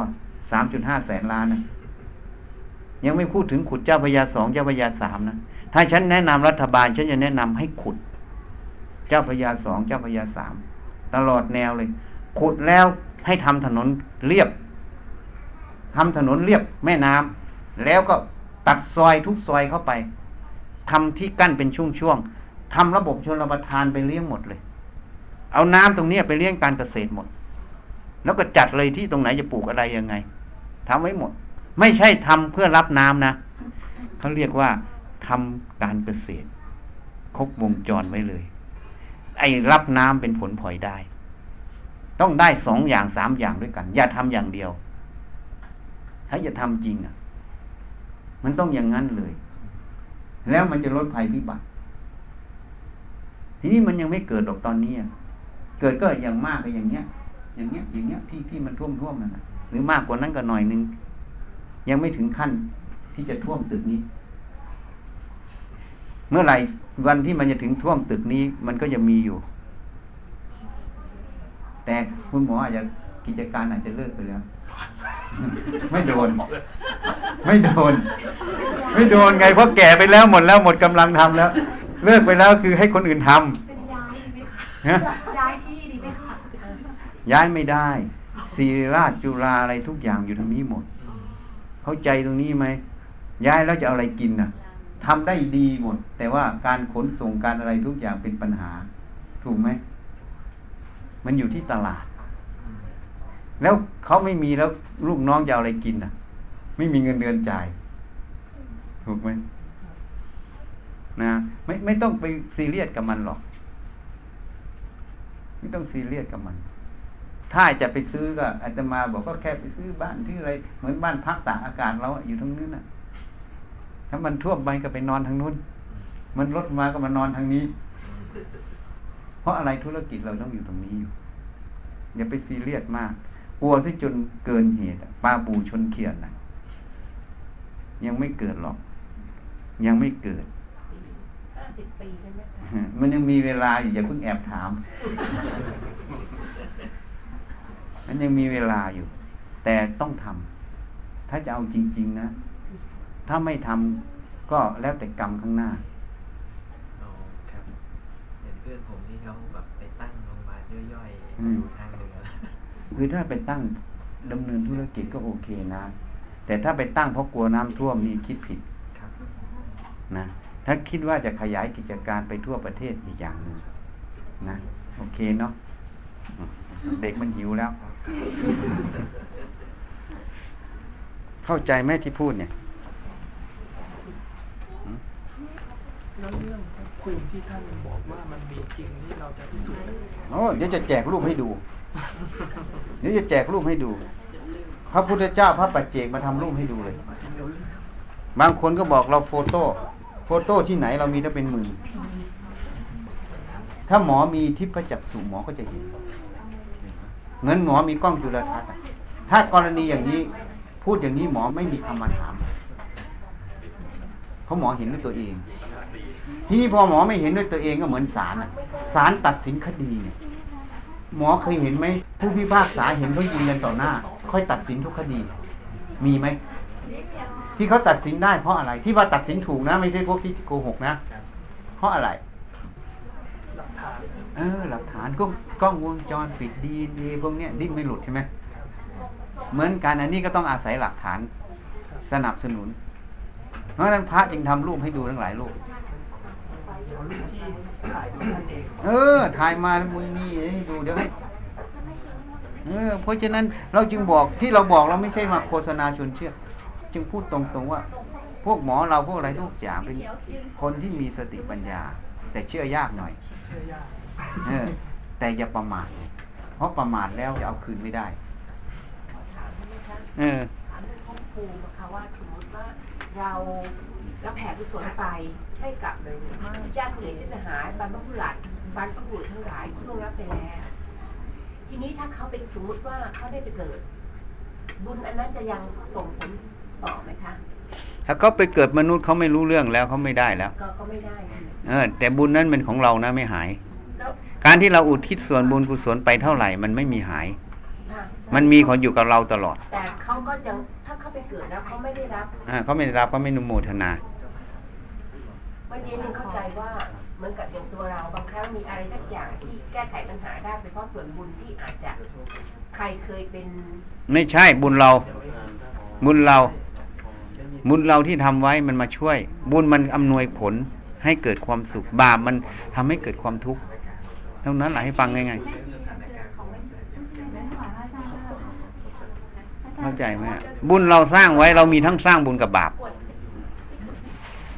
Speaker 1: 3.5 แสนล้านนะยังไม่พูดถึงขุดเจ้าพญา2เจ้าพญา3นะถ้าฉันแนะนำรัฐบาลฉันจะแนะนำให้ขุดเจ้าพญา2เจ้าพญา3ตลอดแนวเลยขุดแล้วให้ทำถนนเรียบแม่น้ำแล้วก็ตัดซอยทุกซอยเข้าไปทำที่กั้นเป็นช่วงๆทำระบบชลประทานไปเลี้ยงหมดเลยเอาน้ำตรงนี้ไปเลี้ยงการเกษตรหมดแล้วก็จัดเลยที่ตรงไหนจะปลูกอะไรยังไงทำไว้หมดไม่ใช่ทำเพื่อรับน้ำนะเขาเรียกว่าทำการเกษตรครบวงจรไว้เลยไอ้รับน้ำเป็นผลพลอยได้ต้องได้2 อย่าง3 อย่างด้วยกันอย่าทำอย่างเดียวถ้าจะทำจริงมันต้องอย่างนั้นเลยแล้วมันจะลดภัยพิบัติทีนี้มันยังไม่เกิดหรอกตอนนี้เกิดก็อย่างมากก็อย่างเงี้ยที่มันท่วมนั่นนะหรือมากกว่านั้นก็หน่อยนึงยังไม่ถึงขั้นที่จะท่วมตึกนี้เมื่อไหร่วันที่มันจะถึงท่วมตึกนี้มันก็จะมีอยู่แต่คุณหมออาจจะกิจการอาจจะเลิกไปแล้วไม่โดนไงเพราะแก่ไปแล้วหมดกำลังทำแล้วเลิกไปแล้วคือให้คนอื่นทำ
Speaker 3: ย้ายที่ดีไหมคะ
Speaker 1: ย้ายไม่ได้ศิริราชจุฬาอะไรทุกอย่างอยู่ทางนี้หมดเข้าใจตรงนี้ไหมย้ายแล้วจะเอาอะไรกินทำได้ดีหมดแต่ว่าการขนส่งการอะไรทุกอย่างเป็นปัญหาถูกไหมมันอยู่ที่ตลาดแล้วเขาไม่มีแล้วลูกน้องจะเอาอะไรกินไม่มีเงินเดือนจ่ายถูกไหมนะไม่ต้องไปซีเรียสกับมันหรอกไม่ต้องซีเรียสกับมันถ้าจะไปซื้อก็อาจจะมาบอกก็แค่ไปซื้อบ้านที่อะไรเหมือนบ้านพักตากอากาศเราอยู่ตรงนู้นถ้ามันท่วมไปก็ไปนอนทางนู้นมันรถมาก็มานอนทางนี้เพราะอะไรธุรกิจเราต้องอยู่ตรงนี้อยู่อย่าไปซีเรียสมากกลัวซะจนเกินเหตุปลาบูชนเขียดยังไม่เกิดหรอกยังไม่เกิด
Speaker 5: 10 ปีใช่ไหมคะ
Speaker 1: มันยังมีเวลาอยู่อย่าเพิ่งแอบถาม มันยังมีเวลาอยู่ แต่ต้องทำถ้าจะเอาจริงๆนะถ้าไม่ทำก็แล้วแต่กรรมข้างหน้า
Speaker 4: ครับเห็นเพื่อนผมที่เขาแบบไปตั้งโรงพยาบาลย่อยๆอยู่ทางเหนือ
Speaker 1: คือถ้าไปตั้งดำเนินธุรกิจก็โอเคนะแต่ถ้าไปตั้งเพราะกลัวน้ำท่วมนี่คิดผิดนะถ้าคิดว่าจะขยายกิจการไปทั่วประเทศอีกอย่างหนึ่งนะโอเคเนาะเด็กมันหิวแล้ว เข้าใจไหมที่พูดเนี่ย
Speaker 6: แล้วเรื่องภูมิที่ท่านบอกว่ามันมีจริงนี่เราจะพิสูจน์
Speaker 1: โอ้เดี๋ยวจะแจกรูปให้ดู เดี๋ยวจะแจกรูปให้ดู พระพุทธเจ้าพระปัจเจกมาทำรูปให้ดูเลย บางคนก็บอกเราโฟโต้ที่ไหนเรามีถ้าเป็นหมื่นถ้าหมอมีทิพจักษุหมอก็จะเห็นเหมือนหมอมีกล้องจุลทรรศน์ถ้ากรณีอย่างนี้พูดอย่างนี้หมอไม่มีคำมาถามเพราะหมอเห็นด้วยตัวเองทีนี้พอหมอไม่เห็นด้วยตัวเองก็เหมือนศาลตัดสินคดีเนี่ยหมอเคยเห็นไหมผู้พิพากษาเห็นเขายิงกันต่อหน้าค่อยตัดสินทุกคดีมีไหมที่เขาตัดสินได้เพราะอะไรที่ว่าตัดสินถูกนะไม่ใช่พวกที่โกหกนะเพราะอะไรหลักฐานก็กล้องวงจรปิดดีพวกเนี้ยดิ้นไม่หลุดใช่ไหมเหมือนกันอันนี้ก็ต้องอาศัยหลักฐานสนับสนุนเพราะฉะนั้นพระจึงทำรูปให้ดูทั้งหลายรูปถ่ายมามึงนี่ให้ดูเดี๋ยวให้เพราะฉะนั้นเราจึงบอกที่เราบอกเราไม่ใช่มาโฆษณาชวนเชื่อจึงพูดตรงๆว่าพวกหมอเราพวกอะไรทุกอย่างเป็นคนที่มีสติปัญญาแต่เชื่อยากหน่อยแต่อย่าประมาทเพราะประมาทแล้วจะเอาคืนไม่ได้
Speaker 5: ถามเรื่องข้อมูลนะคะว่าสมมติว่าเราแผ่กุศลไปให้กับญาติผู้ใหญ่ที่เสียหายบรรพบุรุษทั้งหลายที่ล่วงลับไปแล้วทีนี้ถ้าเขาเป็นสมมติว่าเขาได้ไปเกิดบุญอันนั้นจะยังส่งผลต่อไหมคะ
Speaker 1: ถ้าเขาไปเกิดมนุษย์เขาไม่รู้เรื่องแล้วเขาไม่ได้แล้ว
Speaker 5: ก็ไม่ได้
Speaker 1: แต่บุญนั้นเป็นของเรานะไม่หายการที่เราอุทิศส่วนบุญกุศลไปเท่าไหร่มันไม่มีหายมันมีของอยู่กับเราตลอด
Speaker 5: แต่เขาก็ยังถ้าเขาไปเกิดแล้วเขาไม่ได้รับ
Speaker 1: เขาไม่ได้รับก็ไม่นุโมทนา
Speaker 5: วันนี้นึงเข้าใจว่าเหมือนกับอย่างตัวเราบางครั้งมีอะไรสักอย่างที่แก้ไขปัญหาได้เป็นเพราะส่วนบุญที่อาจจะใครเคยเป็น
Speaker 1: ไม่ใช่บุญเราที่ทำไว้มันมาช่วยบุญมันอำนวยผลให้เกิดความสุขบาปมันทำให้เกิดความทุกข์เท่านั้นแหละให้ฟังง่ายๆเข้าใจไหมบุญเราสร้างไว้เรามีทั้งสร้างบุญกับบาป